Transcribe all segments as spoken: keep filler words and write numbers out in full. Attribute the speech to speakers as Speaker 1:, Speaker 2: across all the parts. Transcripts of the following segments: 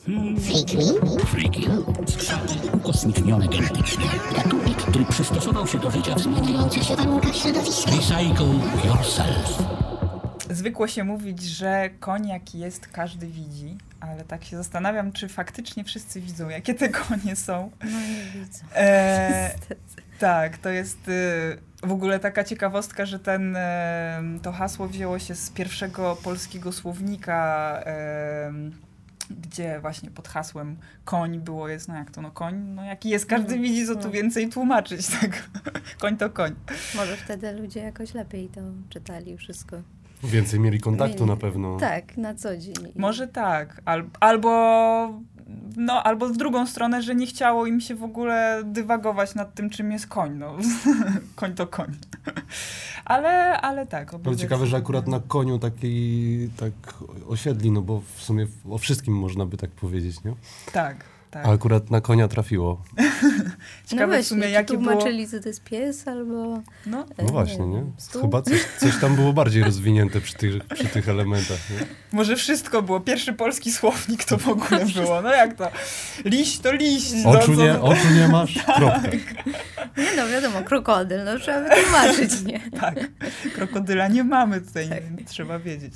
Speaker 1: Freaky? Freaky. Skrzaty ukosmicznione genetycznie. Gatunek, który przystosował się do życia w zmieniających się warunkach środowiska. Recycle yourself.
Speaker 2: Zwykło się mówić, że koń jaki jest, każdy widzi, ale tak się zastanawiam, czy faktycznie wszyscy widzą, jakie te konie są.
Speaker 3: No nie widzę.
Speaker 2: E, tak, to jest e, w ogóle taka ciekawostka, że ten, e, to hasło wzięło się z pierwszego polskiego słownika, e, gdzie właśnie pod hasłem koń było jest, no jak to, no koń, no jaki jest, każdy
Speaker 3: no,
Speaker 2: widzi, co tu
Speaker 3: no.
Speaker 2: więcej tłumaczyć, tak? Koń to koń.
Speaker 3: Może wtedy ludzie jakoś lepiej to czytali wszystko.
Speaker 4: Więcej mieli kontaktu
Speaker 3: Mieli,
Speaker 4: na pewno.
Speaker 3: Tak, na co dzień.
Speaker 2: Może tak, Al, albo, no, albo w drugą stronę, że nie chciało im się w ogóle dywagować nad tym, czym jest koń. No. Koń to koń. Ale, ale tak.
Speaker 4: Ale ciekawe, że akurat na koniu takiej tak osiedli, no bo w sumie o wszystkim można by tak powiedzieć, nie?
Speaker 2: Tak, tak.
Speaker 4: A akurat na konia trafiło.
Speaker 2: Ciekawe
Speaker 3: no właśnie,
Speaker 2: w sumie,
Speaker 3: czy
Speaker 2: jakie
Speaker 3: tłumaczyli,
Speaker 2: było...
Speaker 3: co to jest pies, albo...
Speaker 2: No,
Speaker 4: No właśnie, nie?
Speaker 3: Stół?
Speaker 4: Chyba coś, coś tam było bardziej rozwinięte przy tych, przy tych elementach, nie?
Speaker 2: Może wszystko było. Pierwszy polski słownik to w ogóle było. No jak to? Liść to liść.
Speaker 4: Oczu
Speaker 2: no,
Speaker 4: nie,
Speaker 2: co...
Speaker 4: oczu nie masz? Kropka.
Speaker 3: Nie no, wiadomo, krokodyl, no trzeba wytłumaczyć, nie?
Speaker 2: Tak, krokodyla nie mamy tutaj,
Speaker 3: Tak.
Speaker 2: trzeba wiedzieć.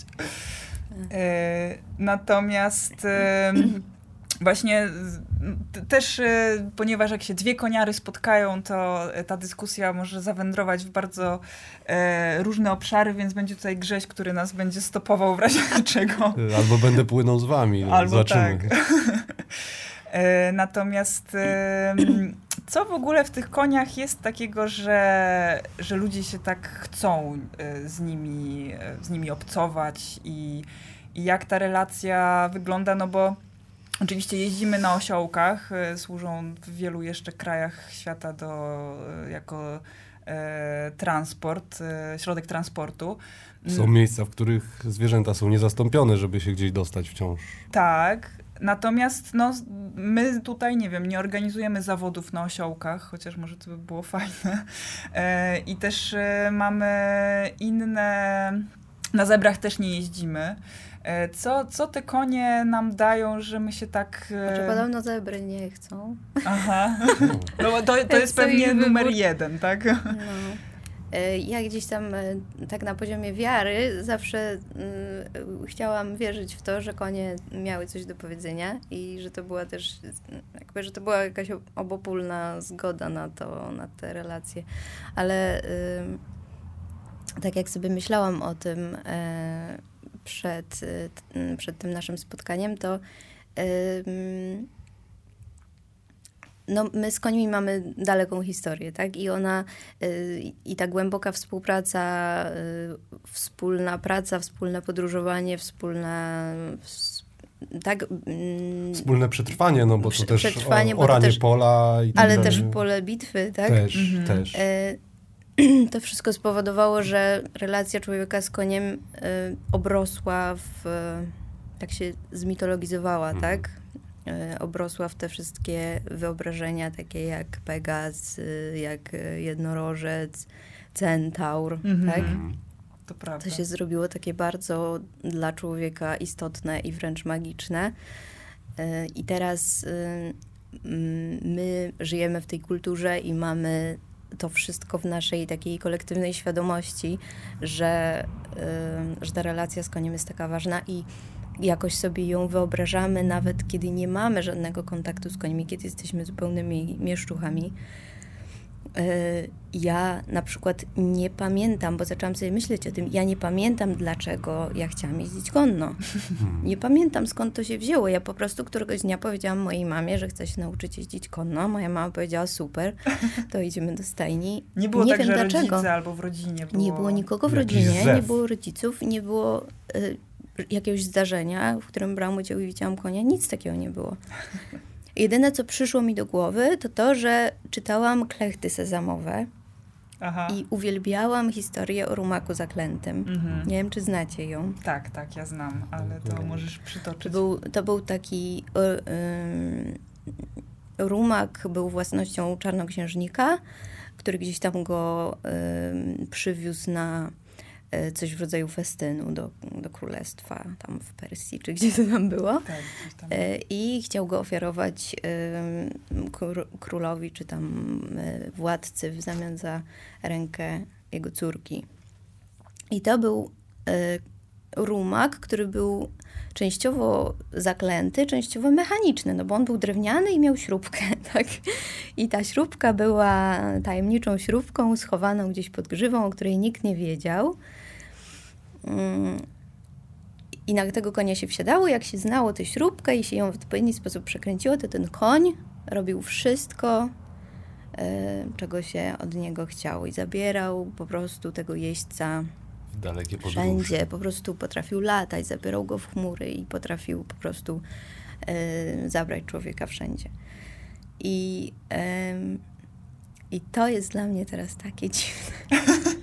Speaker 2: E, natomiast e, właśnie t- też, e, ponieważ jak się dwie koniary spotkają, to ta dyskusja może zawędrować w bardzo e, różne obszary, więc będzie tutaj Grześ, który nas będzie stopował w razie czego.
Speaker 4: Albo będę płynął z wami, no,
Speaker 2: Albo
Speaker 4: zobaczymy.
Speaker 2: tak. E, natomiast e, co w ogóle w tych koniach jest takiego, że, że ludzie się tak chcą e, z nimi, e, z nimi obcować i, i jak ta relacja wygląda, no bo oczywiście jeździmy na osiołkach, e, służą w wielu jeszcze krajach świata do, e, jako e, transport, e, środek transportu.
Speaker 4: Są miejsca, w których zwierzęta są niezastąpione, żeby się gdzieś dostać wciąż.
Speaker 2: Tak, natomiast no, my tutaj, nie wiem, nie organizujemy zawodów na osiołkach, chociaż może to by było fajne. E, I też e, mamy inne... Na zebrach też nie jeździmy. E, co, co te konie nam dają, że my się tak... E...
Speaker 3: Znaczy podobno zebry nie chcą.
Speaker 2: Aha. No, to, to jest
Speaker 3: Co ich
Speaker 2: pewnie numer
Speaker 3: wybór?
Speaker 2: jeden, tak?
Speaker 3: No. E, Ja gdzieś tam e, tak na poziomie wiary zawsze mm, chciałam wierzyć w to, że konie miały coś do powiedzenia i że to była też, jakby, że to była jakaś obopólna zgoda na to, na te relacje. Ale y, tak jak sobie myślałam o tym e, przed, y, t, przed tym naszym spotkaniem, to y, no, my z końmi mamy daleką historię, tak? I ona, y, i ta głęboka współpraca, y, wspólna praca, wspólne podróżowanie, wspólna... Ws, tak, mm,
Speaker 4: Wspólne przetrwanie, no bo
Speaker 3: Prze-
Speaker 4: to też
Speaker 3: przetrwanie,
Speaker 4: o,
Speaker 3: bo to
Speaker 4: oranie
Speaker 3: też-
Speaker 4: pola i tak
Speaker 3: ale
Speaker 4: dalej.
Speaker 3: też pole bitwy, tak?
Speaker 4: Też,
Speaker 2: Mhm.
Speaker 4: też.
Speaker 3: Y, to wszystko spowodowało, że relacja człowieka z koniem y, obrosła w... tak się zmitologizowała,
Speaker 4: Mhm.
Speaker 3: tak? Y, obrosła w te wszystkie wyobrażenia, takie jak Pegaz, y, jak y, jednorożec, centaur,
Speaker 2: Mhm.
Speaker 3: tak?
Speaker 4: Mhm.
Speaker 2: To prawda.
Speaker 3: To się zrobiło takie bardzo dla człowieka istotne i wręcz magiczne. Y, I teraz y, mm, my żyjemy w tej kulturze i mamy to wszystko w naszej takiej kolektywnej świadomości, że, y, że ta relacja z koniem jest taka ważna i jakoś sobie ją wyobrażamy, nawet kiedy nie mamy żadnego kontaktu z końmi, kiedy jesteśmy zupełnymi mieszczuchami. Y, Ja na przykład nie pamiętam, bo zaczęłam sobie myśleć o tym, ja nie pamiętam, dlaczego ja chciałam jeździć konno. Nie pamiętam, skąd to się wzięło. Ja po prostu któregoś dnia powiedziałam mojej mamie, że chcę się nauczyć jeździć konno. Moja mama powiedziała, super, to idziemy do stajni.
Speaker 2: Nie było
Speaker 3: nie
Speaker 2: tak,
Speaker 3: wiem
Speaker 2: że
Speaker 3: dlaczego.
Speaker 2: rodzice albo w rodzinie było...
Speaker 3: Nie było nikogo w
Speaker 4: Jakiś
Speaker 3: rodzinie,
Speaker 4: zew.
Speaker 3: nie było rodziców, nie było y, jakiegoś zdarzenia, w którym brałam udział i widziałam konia. Nic takiego nie było. Jedyne, co przyszło mi do głowy, to to, że czytałam klechty sezamowe
Speaker 2: Aha.
Speaker 3: i uwielbiałam historię o rumaku zaklętym.
Speaker 2: Mhm.
Speaker 3: Nie wiem, czy znacie ją.
Speaker 2: Tak, tak, ja znam, ale to możesz
Speaker 3: To
Speaker 2: przytoczyć.
Speaker 3: był, to był taki... y, y, rumak był własnością czarnoksiężnika, który gdzieś tam go y, przywiózł na coś w rodzaju festynu do, do królestwa, tam w Persji, czy gdzie to tam było.
Speaker 2: Tak, gdzieś tam.
Speaker 3: I chciał go ofiarować królowi, czy tam władcy w zamian za rękę jego córki. I to był rumak, który był częściowo zaklęty, częściowo mechaniczny, no bo on był drewniany i miał śrubkę, tak? I ta śrubka była tajemniczą śrubką schowaną gdzieś pod grzywą, o której nikt nie wiedział. I na tego konia się wsiadało, jak się znało tę śrubkę i się ją w odpowiedni sposób przekręciło, to ten koń robił wszystko, czego się od niego chciało i zabierał po prostu tego jeźdźca
Speaker 4: dalekie podróże.
Speaker 3: Wszędzie, po prostu potrafił latać, zabierał go w chmury i potrafił po prostu e, zabrać człowieka wszędzie. I, e, I to jest dla mnie teraz takie dziwne,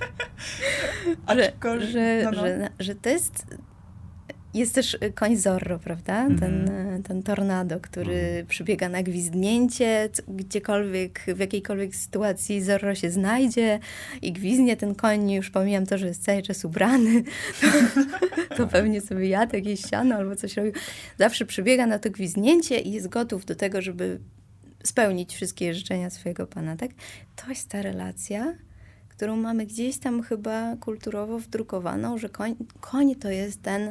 Speaker 3: że, że, no no. Że, że to jest... Jest też koń Zorro, prawda? Mm-hmm. Ten, ten tornado, który mm. przybiega na gwizdnięcie, gdziekolwiek, w jakiejkolwiek sytuacji Zorro się znajdzie i gwizdnie. Ten koń, już pomijam to, że jest cały czas ubrany, to, to pewnie sobie jadł jakieś siano albo coś robił. Zawsze przybiega na to gwizdnięcie i jest gotów do tego, żeby spełnić wszystkie życzenia swojego pana, tak? To jest ta relacja, którą mamy gdzieś tam chyba kulturowo wdrukowaną, że koń, koń to jest ten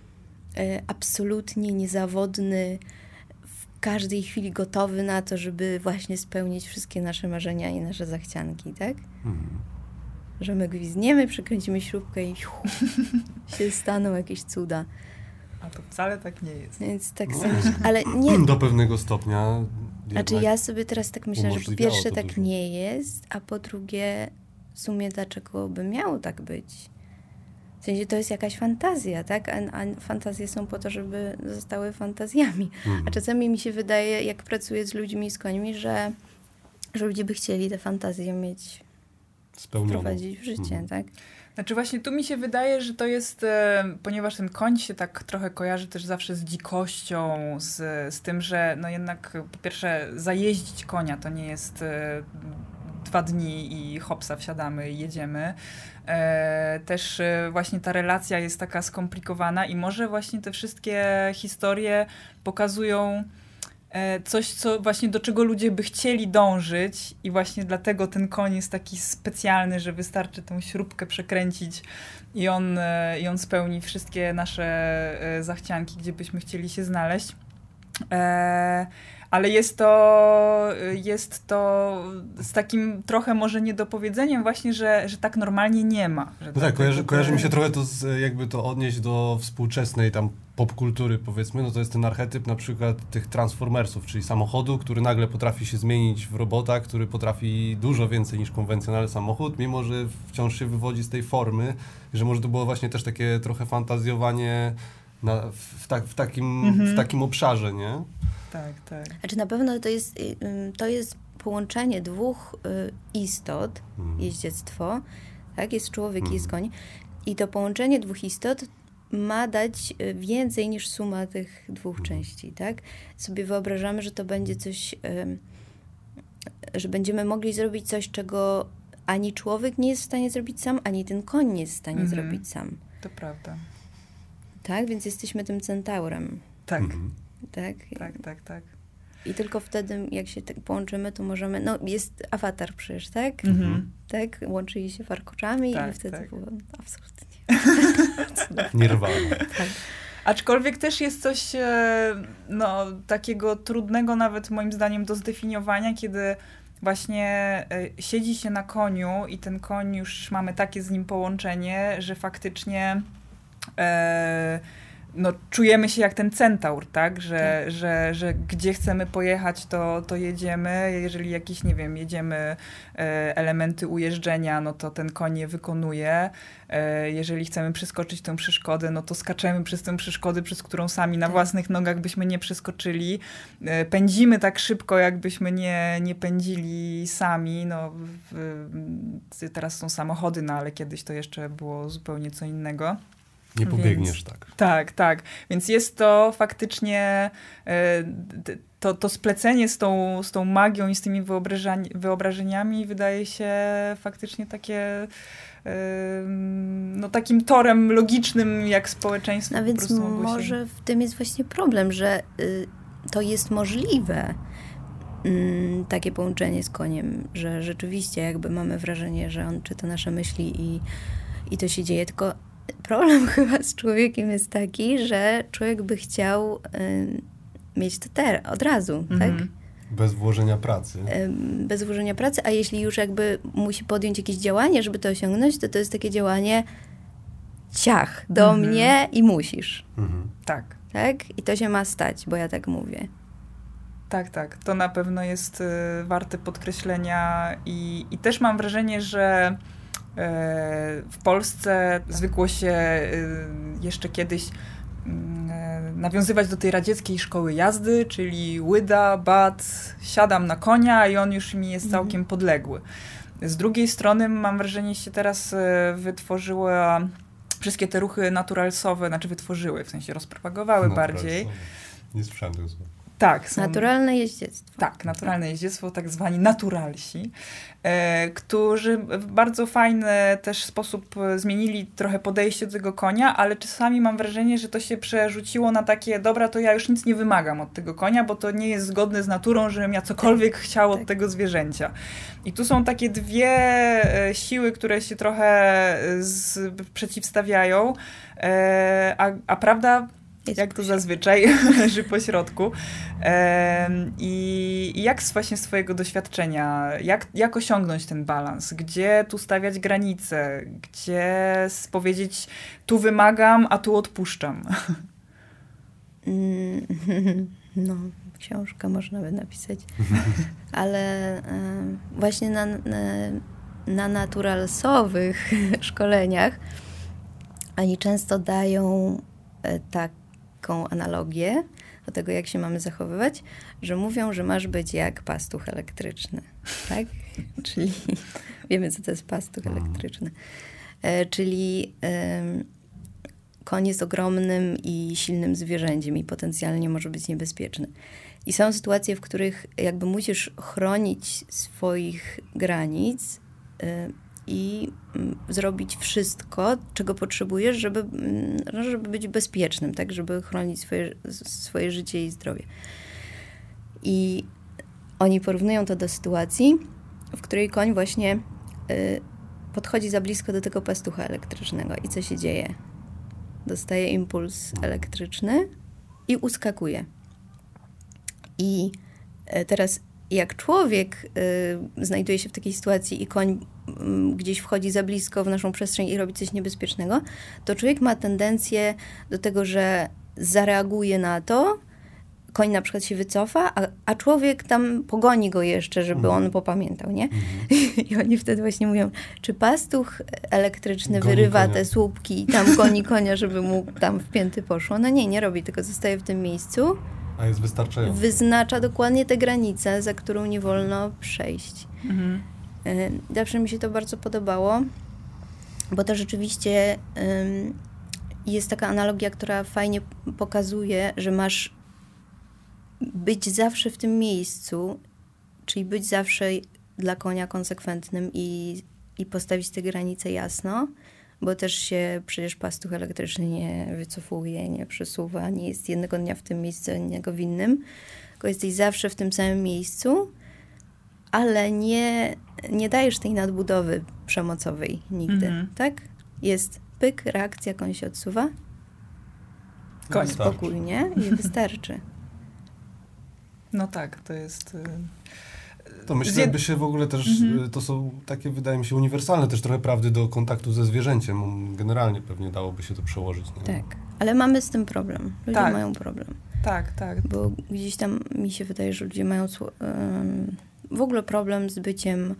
Speaker 3: absolutnie niezawodny, w każdej chwili gotowy na to, żeby właśnie spełnić wszystkie nasze marzenia i nasze zachcianki, tak? Mhm. Że my gwizdniemy, przekręcimy śrubkę i się staną jakieś cuda.
Speaker 2: A to wcale tak nie jest.
Speaker 3: Więc tak no. sobie myślę, ale nie...
Speaker 4: Do pewnego stopnia.
Speaker 3: Znaczy ja sobie teraz tak myślę, że po pierwsze tak dużo. Nie jest, a po drugie w sumie dlaczego by miało tak być? W sensie to jest jakaś fantazja, tak? A, a fantazje są po to, żeby zostały fantazjami. Mhm. A czasami mi się wydaje, jak pracuję z ludźmi, z końmi, że, że ludzie by chcieli te fantazje mieć, wprowadzić w życie, mhm. tak?
Speaker 2: Znaczy właśnie tu mi się wydaje, że to jest, e, ponieważ ten koń się tak trochę kojarzy też zawsze z dzikością, z, z tym, że no jednak po pierwsze zajeździć konia to nie jest e, dwa dni i hopsa wsiadamy i jedziemy. E, też e, właśnie ta relacja jest taka skomplikowana i może właśnie te wszystkie historie pokazują e, coś, co właśnie do czego ludzie by chcieli dążyć i właśnie dlatego ten koń jest taki specjalny, że wystarczy tą śrubkę przekręcić i on, e, i on spełni wszystkie nasze e, zachcianki, gdzie byśmy chcieli się znaleźć. E, ale jest to, jest to z takim trochę może niedopowiedzeniem właśnie, że, że tak normalnie nie ma. Że
Speaker 4: no tak, kojarzy, kojarzy mi się trochę to, z, jakby to odnieść do współczesnej tam popkultury, powiedzmy, no to jest ten archetyp na przykład tych Transformersów, czyli samochodu, który nagle potrafi się zmienić w robota, który potrafi dużo więcej niż konwencjonalny samochód, mimo że wciąż się wywodzi z tej formy, że może to było właśnie też takie trochę fantazjowanie na, w, ta, w, takim, mhm. w takim obszarze, nie?
Speaker 2: Tak, tak.
Speaker 3: Znaczy na pewno to jest, to jest połączenie dwóch istot, mm. jeździectwo, tak? Jest człowiek mm. i jest koń. I to połączenie dwóch istot ma dać więcej niż suma tych dwóch mm. części, tak? Sobie wyobrażamy, że to będzie coś, że będziemy mogli zrobić coś, czego ani człowiek nie jest w stanie zrobić sam, ani ten koń nie jest w stanie mm-hmm. zrobić sam.
Speaker 2: To prawda.
Speaker 3: Tak? Więc jesteśmy tym centaurem.
Speaker 2: Tak.
Speaker 4: Mm-hmm.
Speaker 3: Tak?
Speaker 2: Tak, tak, tak.
Speaker 3: I tylko wtedy, jak się tak połączymy, to możemy... No, jest awatar przecież, tak?
Speaker 2: Mm-hmm.
Speaker 3: Tak? Łączyli się warkoczami
Speaker 2: tak,
Speaker 3: i wtedy
Speaker 2: tak.
Speaker 3: było absolutnie...
Speaker 4: Nirwana.
Speaker 3: Tak.
Speaker 2: Aczkolwiek też jest coś no, takiego trudnego nawet moim zdaniem do zdefiniowania, kiedy właśnie siedzi się na koniu i ten koń już mamy takie z nim połączenie, że faktycznie... E, no, czujemy się jak ten centaur, tak? Że, tak. że, że gdzie chcemy pojechać, to, to jedziemy. Jeżeli jakieś, nie wiem, jedziemy e, elementy ujeżdżenia, no to ten koń je wykonuje. E, jeżeli chcemy przeskoczyć tę przeszkodę, no to skaczemy przez tę przeszkodę, przez którą sami na tak. własnych nogach byśmy nie przeskoczyli. E, pędzimy tak szybko, jakbyśmy nie, nie pędzili sami. No, w, teraz są samochody, no ale kiedyś to jeszcze było zupełnie co innego.
Speaker 4: Nie pobiegniesz
Speaker 2: Więc,
Speaker 4: tak.
Speaker 2: Tak, tak. Więc jest to faktycznie e, to, to splecenie z tą, z tą magią i z tymi wyobrażani, wyobrażeniami wydaje się faktycznie takie e, no takim torem logicznym, jak społeczeństwo
Speaker 3: No
Speaker 2: po
Speaker 3: więc
Speaker 2: prostu mogło
Speaker 3: może
Speaker 2: się...
Speaker 3: w tym jest właśnie problem, że y, to jest możliwe. Mm, takie połączenie z koniem, że rzeczywiście jakby mamy wrażenie, że on czyta nasze myśli i, i to się dzieje, tylko problem chyba z człowiekiem jest taki, że człowiek by chciał y, mieć to ter- od razu,
Speaker 2: Mhm.
Speaker 3: tak?
Speaker 4: Bez włożenia pracy.
Speaker 3: Y, bez włożenia pracy, a jeśli już jakby musi podjąć jakieś działanie, żeby to osiągnąć, to to jest takie działanie ciach, do
Speaker 2: Mhm.
Speaker 3: mnie i musisz,
Speaker 4: Mhm.
Speaker 2: Tak.
Speaker 3: tak? I to się ma stać, bo ja tak mówię.
Speaker 2: Tak, tak. To na pewno jest y, warte podkreślenia i, i też mam wrażenie, że y, w Polsce zwykło się y, jeszcze kiedyś y, nawiązywać do tej radzieckiej szkoły jazdy, czyli łyda, bat, siadam na konia i on już mi jest całkiem mhm. podległy. Z drugiej strony mam wrażenie, że się teraz y, wytworzyła wszystkie te ruchy naturalsowe, znaczy wytworzyły, w sensie rozpropagowały bardziej.
Speaker 4: Nie słyszałem tego słowa.
Speaker 2: Tak. Są,
Speaker 3: Naturalne jeździectwo.
Speaker 2: Tak, naturalne jeździectwo, tak zwani naturalsi, e, którzy w bardzo fajny też sposób zmienili trochę podejście do tego konia, ale czasami mam wrażenie, że to się przerzuciło na takie, dobra, to ja już nic nie wymagam od tego konia, bo to nie jest zgodne z naturą, żebym ja cokolwiek tak, chciał tak. od tego zwierzęcia. I tu są takie dwie e, siły, które się trochę z, przeciwstawiają, e, a, a prawda... Jest jak to zazwyczaj leży po środku. Ehm, i, I jak z właśnie swojego doświadczenia, jak, jak osiągnąć ten balans? Gdzie tu stawiać granice? Gdzie powiedzieć, tu wymagam, a tu odpuszczam?
Speaker 3: No, książkę można by napisać. Ale e, właśnie na, na, na naturalsowych szkoleniach oni często dają e, tak taką analogię do tego, jak się mamy zachowywać, że mówią, że masz być jak pastuch elektryczny, tak? Czyli wiemy, co to jest pastuch elektryczny. E, czyli e, koń jest ogromnym i silnym zwierzęciem i potencjalnie może być niebezpieczny. I są sytuacje, w których jakby musisz chronić swoich granic e, i m, zrobić wszystko, czego potrzebujesz, żeby, m, żeby być bezpiecznym, tak, żeby chronić swoje, swoje życie i zdrowie. I oni porównują to do sytuacji, w której koń właśnie y, podchodzi za blisko do tego pastucha elektrycznego. I co się dzieje? Dostaje impuls elektryczny i uskakuje. I y, teraz jak człowiek y, znajduje się w takiej sytuacji i koń y, gdzieś wchodzi za blisko w naszą przestrzeń i robi coś niebezpiecznego, to człowiek ma tendencję do tego, że zareaguje na to, koń na przykład się wycofa, a, a człowiek tam pogoni go jeszcze, żeby mhm. on popamiętał, nie? Mhm. I oni wtedy właśnie mówią, czy pastuch elektryczny goni wyrywa konia. Te słupki i tam goni konia, żeby mu tam w pięty poszło? No nie, nie robi, tylko zostaje w tym miejscu.
Speaker 4: A jest wystarczająco.
Speaker 3: Wyznacza dokładnie tę granicę, za którą nie wolno przejść.
Speaker 2: Mhm.
Speaker 3: Zawsze mi się to bardzo podobało, bo to rzeczywiście um, jest taka analogia, która fajnie pokazuje, że masz być zawsze w tym miejscu, czyli być zawsze dla konia konsekwentnym i, i postawić te granice jasno, bo też się przecież pastuch elektryczny nie wycofuje, nie przesuwa, nie jest jednego dnia w tym miejscu, innego w innym, tylko jesteś zawsze w tym samym miejscu, ale nie, nie dajesz tej nadbudowy przemocowej nigdy, mm-hmm. tak? Jest pyk, reakcja, koń się odsuwa, koń spokojnie i wystarczy.
Speaker 2: No tak, to jest...
Speaker 4: To myślę, jakby się w ogóle też, mm-hmm. to są takie, wydaje mi się, uniwersalne też trochę prawdy do kontaktu ze zwierzęciem. Generalnie pewnie dałoby się to przełożyć. Nie?
Speaker 3: Tak, ale mamy z tym problem. Ludzie
Speaker 2: tak.
Speaker 3: mają problem.
Speaker 2: Tak, tak.
Speaker 3: Bo gdzieś tam mi się wydaje, że ludzie mają um, w ogóle problem z byciem um,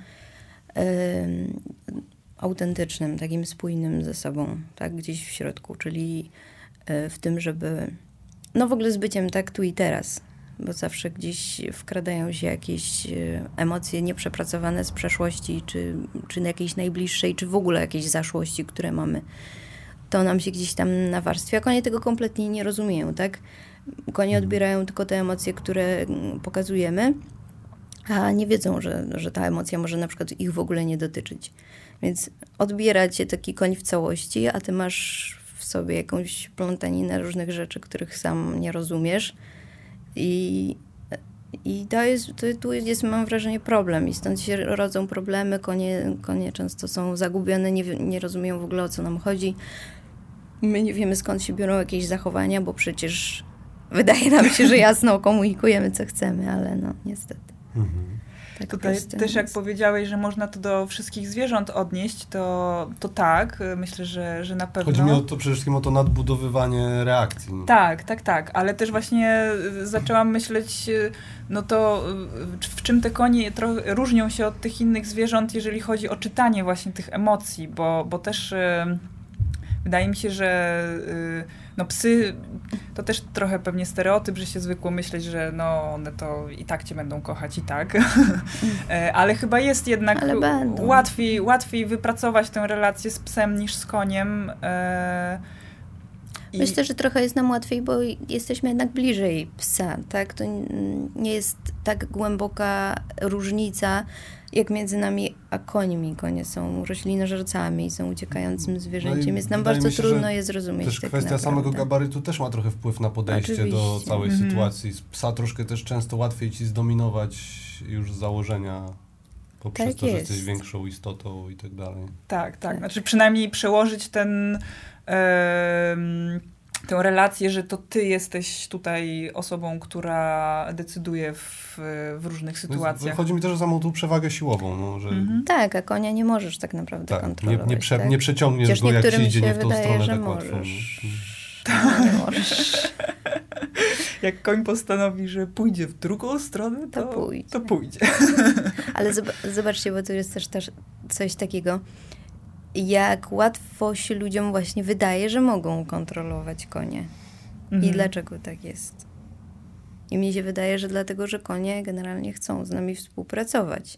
Speaker 3: autentycznym, takim spójnym ze sobą, tak, gdzieś w środku, czyli y, w tym, żeby, no w ogóle z byciem tak tu i teraz, bo zawsze gdzieś wkradają się jakieś emocje nieprzepracowane z przeszłości, czy, czy jakiejś najbliższej, czy w ogóle jakiejś zaszłości, które mamy. to nam się gdzieś tam nawarstwia. Konie tego kompletnie nie rozumieją, tak? Konie odbierają tylko te emocje, które pokazujemy, a nie wiedzą, że, że ta emocja może na przykład ich w ogóle nie dotyczyć. Więc odbiera cię taki koń w całości, a ty masz w sobie jakąś plątaninę różnych rzeczy, których sam nie rozumiesz. I, i to jest, to, tu jest, mam wrażenie, problem. I stąd się rodzą problemy. Konie, konie często są zagubione, nie, nie rozumieją w ogóle, o co nam chodzi. My nie wiemy, skąd się biorą jakieś zachowania, bo przecież wydaje nam się, że jasno komunikujemy, co chcemy, ale no niestety. Mhm.
Speaker 2: Tak. Tutaj też jak powiedziałeś, że można to do wszystkich zwierząt odnieść, to, to tak, myślę, że, że na pewno.
Speaker 4: Chodzi mi o to przede wszystkim o to nadbudowywanie reakcji.
Speaker 2: Tak, tak, tak, ale też właśnie zaczęłam myśleć, no to w czym te konie trochę różnią się od tych innych zwierząt, jeżeli chodzi o czytanie właśnie tych emocji, bo, bo też wydaje mi się, że no psy, to też trochę pewnie stereotyp, że się zwykło myśleć, że no one to i tak cię będą kochać i tak, ale chyba jest jednak łatwiej, łatwiej wypracować tę relację z psem niż z koniem.
Speaker 3: I... Myślę, że trochę jest nam łatwiej, bo jesteśmy jednak bliżej psa, tak? To nie jest tak głęboka różnica, jak między nami a końmi. Konie są roślinożercami, są uciekającym zwierzęciem. No jest nam bardzo się, trudno je zrozumieć.
Speaker 4: Też
Speaker 3: tak
Speaker 4: kwestia
Speaker 3: naprawdę.
Speaker 4: samego gabarytu też ma trochę wpływ na podejście Oczywiście. do całej mhm. sytuacji. Z psa troszkę też często łatwiej ci zdominować już z założenia, poprzez tak to, jest. że jesteś większą istotą i tak dalej.
Speaker 2: Tak, tak. Znaczy przynajmniej przełożyć ten... Yy, tę relację, że to ty jesteś tutaj osobą, która decyduje w, w różnych sytuacjach.
Speaker 4: Chodzi mi też o samą tą przewagę siłową. No, że...
Speaker 3: mhm. Tak, a konia nie możesz tak naprawdę tak, kontrolować.
Speaker 4: Nie, nie, prze,
Speaker 3: tak?
Speaker 4: nie przeciągniesz Chociaż go, jak ci idzie nie w tą
Speaker 3: wydaje,
Speaker 4: stronę
Speaker 3: że
Speaker 4: tak
Speaker 3: możesz.
Speaker 4: łatwo.
Speaker 3: No, nie możesz.
Speaker 2: Jak koń postanowi, że pójdzie w drugą stronę, to, to pójdzie. To pójdzie.
Speaker 3: Ale zobaczcie, bo tu jest też, też coś takiego, jak łatwo się ludziom właśnie wydaje, że mogą kontrolować konie. Mhm. I dlaczego tak jest? I mi się wydaje, że dlatego, że konie generalnie chcą z nami współpracować.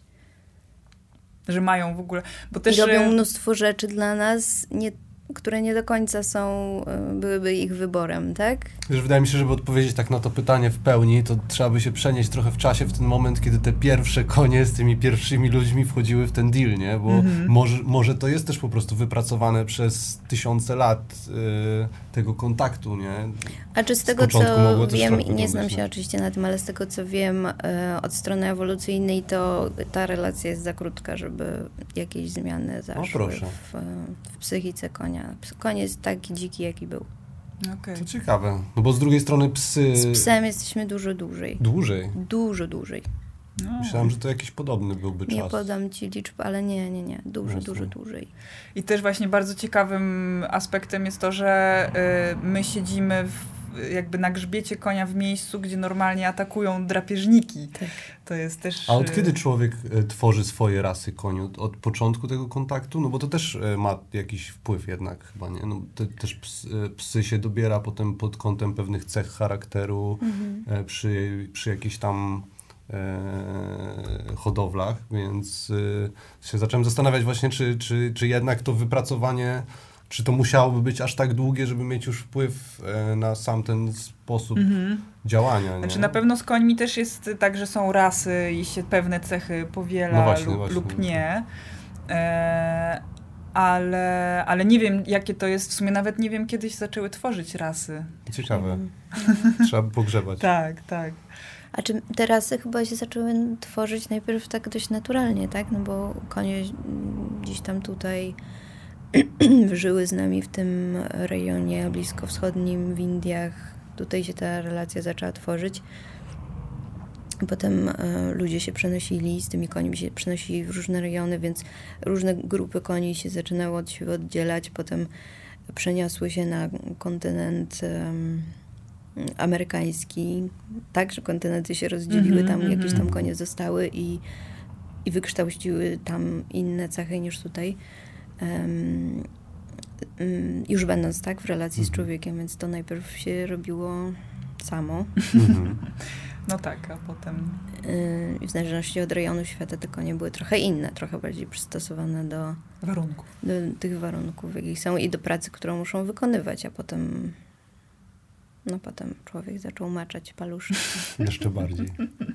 Speaker 2: Że mają w ogóle... Bo też
Speaker 3: I robią mnóstwo rzeczy dla nas, nie, które nie do końca są, byłyby ich wyborem, tak?
Speaker 4: Wiesz, wydaje mi się, żeby odpowiedzieć tak na to pytanie w pełni, to trzeba by się przenieść trochę w czasie, w ten moment, kiedy te pierwsze konie z tymi pierwszymi ludźmi wchodziły w ten deal, nie? Bo mm-hmm. może, może to jest też po prostu wypracowane przez tysiące lat y, tego kontaktu, nie?
Speaker 3: A czy z, z tego, co wiem, i nie znam się oczywiście na tym, ale z tego, co wiem y, od strony ewolucyjnej, to ta relacja jest za krótka, żeby jakieś zmiany zaszły w, w psychice konia. Koń jest taki dziki, jaki był.
Speaker 2: Okay.
Speaker 4: To ciekawe, no bo z drugiej strony psy...
Speaker 3: Z psem jesteśmy dużo dłużej.
Speaker 4: Dłużej?
Speaker 3: Dużo dłużej.
Speaker 4: No. Myślałam, że to jakiś podobny byłby czas.
Speaker 3: Nie podam ci liczb, ale nie, nie, nie. Dużo, Jasne. dużo dłużej.
Speaker 2: I też właśnie bardzo ciekawym aspektem jest to, że y, my siedzimy w, jakby na grzbiecie konia w miejscu, gdzie normalnie atakują drapieżniki. Tak. To jest też...
Speaker 4: A od kiedy człowiek y, tworzy swoje rasy koni? Od, od początku tego kontaktu? No bo to też y, ma jakiś wpływ jednak chyba, nie? No, te, też psy, y, psy się dobiera potem pod kątem pewnych cech charakteru, mhm. y, przy, przy jakiejś tam E, hodowlach, więc e, się zacząłem zastanawiać właśnie, czy, czy, czy jednak to wypracowanie, czy to musiałoby być aż tak długie, żeby mieć już wpływ e, na sam ten sposób mm-hmm. działania. Nie?
Speaker 2: Znaczy na pewno z końmi też jest tak, że są rasy i się pewne cechy powiela
Speaker 4: no właśnie,
Speaker 2: lub,
Speaker 4: właśnie.
Speaker 2: lub nie. E, ale, ale nie wiem, jakie to jest. W sumie nawet nie wiem, kiedyś zaczęły tworzyć rasy.
Speaker 4: Ciekawe. Trzeba by pogrzebać.
Speaker 2: Tak, tak.
Speaker 3: A czy te rasy chyba się zaczęły tworzyć najpierw tak dość naturalnie, tak? No bo konie gdzieś tam tutaj żyły z nami w tym rejonie bliskowschodnim, w Indiach. Tutaj się ta relacja zaczęła tworzyć. Potem y, ludzie się przenosili, z tymi końmi się przenosili w różne rejony, więc różne grupy koni się zaczynały od siebie oddzielać. Potem przeniosły się na kontynent y, amerykański, tak, że kontynenty się rozdzieliły, mm-hmm, tam mm-hmm. jakieś tam konie zostały i, i wykształciły tam inne cechy niż tutaj. Um, um, już będąc tak w relacji mm-hmm. z człowiekiem, więc to najpierw się robiło samo. Mm-hmm.
Speaker 2: No tak, a potem...
Speaker 3: Yy, w zależności od rejonu świata te konie były trochę inne, trochę bardziej przystosowane do
Speaker 2: warunków.
Speaker 3: Do tych warunków, jakich są i do pracy, którą muszą wykonywać, a potem no potem człowiek zaczął maczać paluszki.
Speaker 4: Jeszcze bardziej.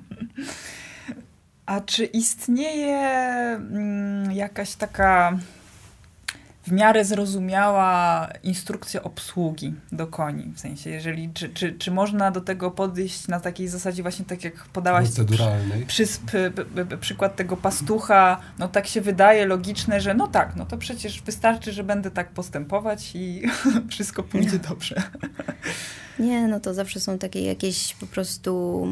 Speaker 2: A czy istnieje mm, jakaś taka w miarę zrozumiała instrukcja obsługi do koni? W sensie, jeżeli, czy, czy, czy można do tego podejść na takiej zasadzie właśnie tak jak podałaś
Speaker 4: proceduralnej.
Speaker 2: Przy, przy, przy, przy, przykład tego pastucha, no tak się wydaje logiczne, że no tak, no to przecież wystarczy, że będę tak postępować i wszystko pójdzie
Speaker 3: no.
Speaker 2: dobrze.
Speaker 3: Nie, no to zawsze są takie jakieś po prostu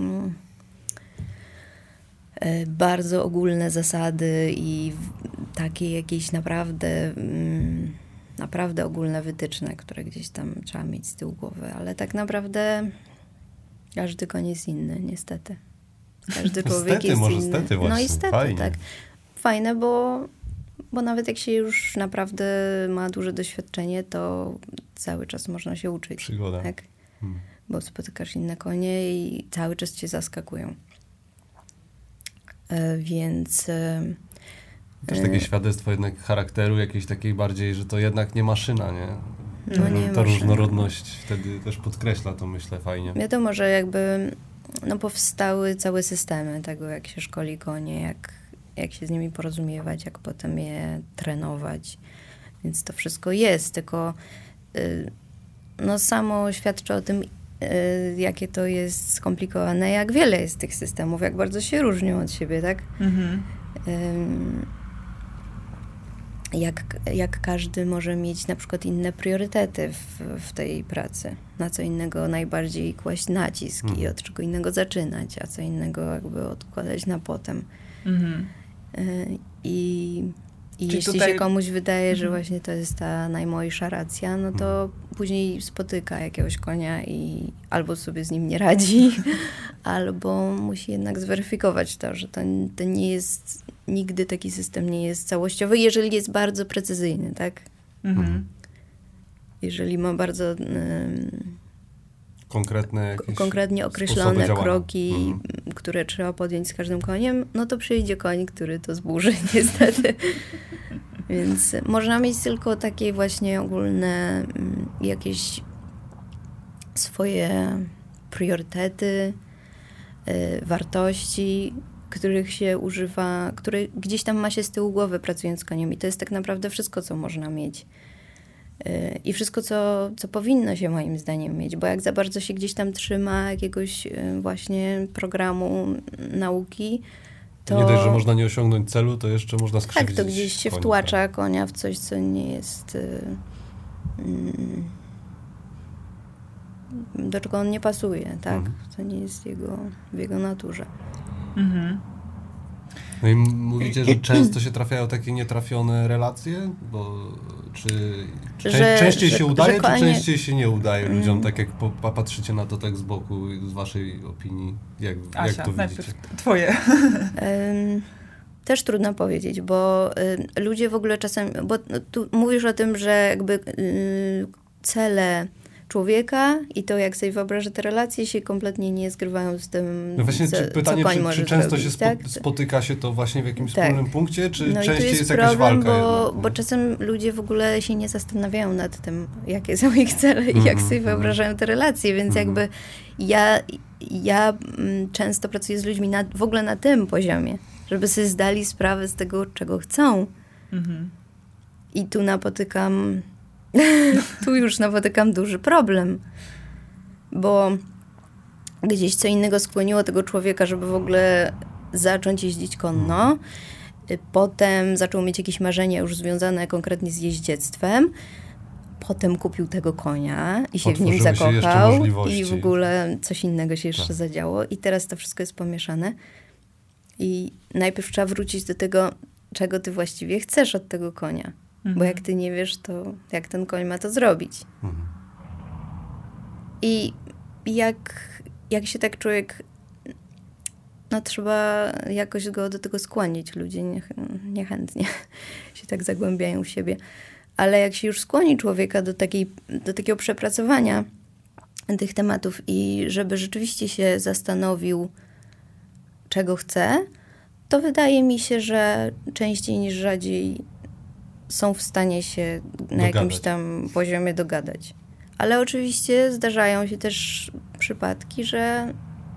Speaker 3: y, bardzo ogólne zasady i takie jakieś naprawdę, mm, naprawdę ogólne wytyczne, które gdzieś tam trzeba mieć z tyłu głowy, ale tak naprawdę każdy koń jest inny, niestety. Każdy człowiek
Speaker 4: stety,
Speaker 3: jest
Speaker 4: może
Speaker 3: inny.
Speaker 4: Stety właśnie.
Speaker 3: No i stety,
Speaker 4: Fajnie.
Speaker 3: tak. Fajne, bo, bo nawet jak się już naprawdę ma duże doświadczenie, to cały czas można się uczyć.
Speaker 4: Przygoda.
Speaker 3: Tak?
Speaker 4: Hmm.
Speaker 3: Bo spotykasz inne konie i cały czas cię zaskakują. E, więc... E,
Speaker 4: Też takie świadectwo jednak charakteru, jakiejś takiej bardziej, że to jednak nie maszyna, nie?
Speaker 3: No nie
Speaker 4: Ta
Speaker 3: maszyna.
Speaker 4: różnorodność wtedy też podkreśla to, myślę, fajnie.
Speaker 3: Wiadomo, że jakby no powstały całe systemy tego, jak się szkoli konie, jak, jak się z nimi porozumiewać, jak potem je trenować. Więc to wszystko jest, tylko y, no samo świadczy o tym, y, jakie to jest skomplikowane, jak wiele jest tych systemów, jak bardzo się różnią od siebie, tak?
Speaker 2: Mhm.
Speaker 3: Ym, Jak, jak każdy może mieć na przykład inne priorytety w, w tej pracy. Na co innego najbardziej kłaść nacisk
Speaker 4: Mhm.
Speaker 3: i od czego innego zaczynać, a co innego jakby odkładać na potem.
Speaker 2: Mhm.
Speaker 3: Y, I, i
Speaker 2: Czyli
Speaker 3: jeśli
Speaker 2: tutaj-
Speaker 3: się komuś wydaje, że
Speaker 2: Mhm.
Speaker 3: właśnie to jest ta najmojsza racja, no to później spotyka jakiegoś konia i albo sobie z nim nie radzi, albo musi jednak zweryfikować to, że to, to nie jest, nigdy taki system nie jest całościowy, jeżeli jest bardzo precyzyjny, tak?
Speaker 2: Mhm.
Speaker 3: Jeżeli ma bardzo ym,
Speaker 4: Konkretne jakieś
Speaker 3: konkretnie
Speaker 4: sposoby
Speaker 3: określone
Speaker 4: działania.
Speaker 3: kroki,
Speaker 4: Mhm.
Speaker 3: które trzeba podjąć z każdym koniem, no to przyjdzie koń, który to zburzy niestety. Więc można mieć tylko takie właśnie ogólne mm, jakieś swoje priorytety, y, wartości, których się używa, które gdzieś tam ma się z tyłu głowy pracując z koniem. I to jest tak naprawdę wszystko, co można mieć. Y, I wszystko, co, co powinno się moim zdaniem mieć, bo jak za bardzo się gdzieś tam trzyma jakiegoś y, właśnie programu nauki, to...
Speaker 4: Nie dość, że można nie osiągnąć celu, to jeszcze można
Speaker 3: Tak,
Speaker 4: skrzywdzić
Speaker 3: to gdzieś się
Speaker 4: konia.
Speaker 3: wtłacza konia w coś, co nie jest... Y, mm, do czego on nie pasuje, tak?
Speaker 4: Mhm.
Speaker 3: To nie jest jego, w jego naturze.
Speaker 2: Mhm.
Speaker 4: No i mówicie, że często się trafiają takie nietrafione relacje? Bo czy czy
Speaker 3: Że-
Speaker 4: czę- częściej
Speaker 3: że-
Speaker 4: się udaje,
Speaker 3: że konie-
Speaker 4: czy częściej się nie udaje
Speaker 3: Mm.
Speaker 4: ludziom, tak jak po, pa- patrzycie na to tak z boku, z waszej opinii? Jak,
Speaker 2: Asia,
Speaker 4: jak to
Speaker 2: najpierw
Speaker 4: widzicie?
Speaker 2: twoje.
Speaker 3: Ym, też trudno powiedzieć, bo y, ludzie w ogóle czasem, bo tu mówisz o tym, że jakby y, cele człowieka i to, jak sobie wyobraża te relacje, się kompletnie nie zgrywają z tym,
Speaker 4: No właśnie,
Speaker 3: co,
Speaker 4: czy pytanie,
Speaker 3: co koń
Speaker 4: czy,
Speaker 3: może
Speaker 4: czy często
Speaker 3: zrobić,
Speaker 4: się spo,
Speaker 3: tak?
Speaker 4: spotyka się to właśnie w jakimś
Speaker 3: Tak.
Speaker 4: wspólnym punkcie, czy
Speaker 3: No i tu
Speaker 4: częściej
Speaker 3: jest,
Speaker 4: jest jakaś
Speaker 3: problem,
Speaker 4: walka
Speaker 3: bo,
Speaker 4: jednak?
Speaker 3: bo czasem ludzie w ogóle się nie zastanawiają nad tym, jakie są ich cele i jak
Speaker 4: Mhm,
Speaker 3: sobie
Speaker 4: mhm.
Speaker 3: wyobrażają te relacje, więc
Speaker 4: Mhm.
Speaker 3: jakby ja, ja mm, często pracuję z ludźmi na, w ogóle na tym poziomie, żeby sobie zdali sprawę z tego, czego chcą.
Speaker 2: Mhm.
Speaker 3: I tu napotykam, tu już napotykam duży problem, bo gdzieś co innego skłoniło tego człowieka, żeby w ogóle zacząć jeździć konno. Potem zaczął mieć jakieś marzenia już związane konkretnie z jeździectwem. Potem kupił tego konia i się w nim
Speaker 4: Otworzyły się jeszcze
Speaker 3: zakochał
Speaker 4: możliwości.
Speaker 3: i w ogóle coś innego się jeszcze
Speaker 4: Tak.
Speaker 3: zadziało. I teraz to wszystko jest pomieszane. I najpierw trzeba wrócić do tego, czego ty właściwie chcesz od tego konia.
Speaker 2: Mhm.
Speaker 3: Bo jak ty nie wiesz, to jak ten koń ma to zrobić?
Speaker 4: Mhm.
Speaker 3: I jak, jak się tak człowiek... No trzeba jakoś go do tego skłonić. Ludzie niech, niechętnie się tak zagłębiają w siebie. Ale jak się już skłoni człowieka do, takiej, do takiego przepracowania tych tematów i żeby rzeczywiście się zastanowił, czego chce, to wydaje mi się, że częściej niż rzadziej są w stanie się na
Speaker 4: dogadać.
Speaker 3: Jakimś tam poziomie dogadać. Ale oczywiście zdarzają się też przypadki, że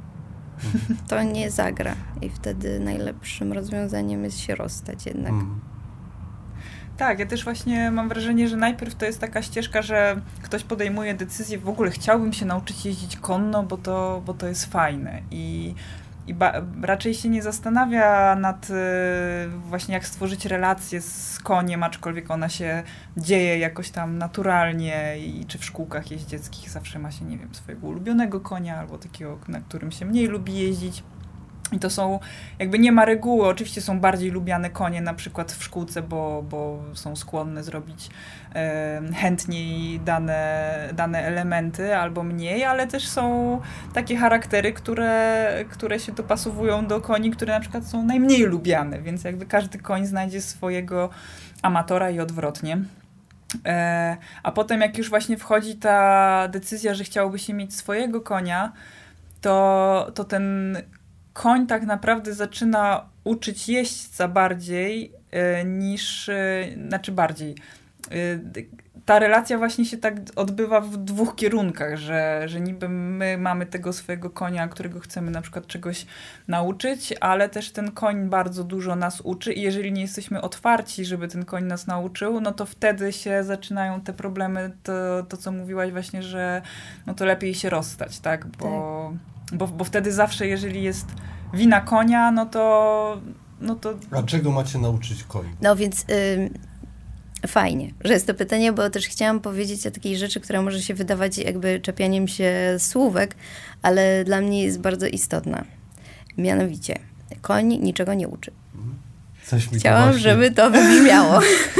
Speaker 3: to nie zagra i wtedy najlepszym rozwiązaniem jest się rozstać jednak. Mm.
Speaker 2: Tak, ja też właśnie mam wrażenie, że najpierw to jest taka ścieżka, że ktoś podejmuje decyzję, w ogóle chciałbym się nauczyć jeździć konno, bo to, bo to jest fajne i I ba- raczej się nie zastanawia nad y, właśnie jak stworzyć relację z koniem, aczkolwiek ona się dzieje jakoś tam naturalnie i czy w szkółkach jeździeckich zawsze ma się, nie wiem, swojego ulubionego konia albo takiego, na którym się mniej lubi jeździć. I to są, jakby nie ma reguły, oczywiście są bardziej lubiane konie na przykład w szkółce, bo, bo są skłonne zrobić e, chętniej dane, dane elementy albo mniej, ale też są takie charaktery, które, które się dopasowują do koni, które na przykład są najmniej lubiane, więc jakby każdy koń znajdzie swojego amatora i odwrotnie. E, a potem jak już właśnie wchodzi ta decyzja, że chciałoby się mieć swojego konia, to, to ten koń tak naprawdę zaczyna uczyć jeźdźca bardziej y, niż, y, znaczy bardziej. Y, ta relacja właśnie się tak odbywa w dwóch kierunkach, że, że niby my mamy tego swojego konia, którego chcemy na przykład czegoś nauczyć, ale też ten koń bardzo dużo nas uczy i jeżeli nie jesteśmy otwarci, żeby ten koń nas nauczył, no to wtedy się zaczynają te problemy, to, to co mówiłaś właśnie, że no to lepiej się rozstać, tak? Bo, tak. Bo, bo wtedy zawsze, jeżeli jest wina konia, no to... No to...
Speaker 4: A czego macie nauczyć koni?
Speaker 3: No więc... Ym... Fajnie, że jest to pytanie, bo też chciałam powiedzieć o takiej rzeczy, która może się wydawać jakby czepianiem się słówek, ale dla mnie jest bardzo istotna. Mianowicie, koń niczego nie uczy.
Speaker 4: Coś mi
Speaker 3: Chciałam,
Speaker 4: to właśnie...
Speaker 3: żeby to wybrzmiało.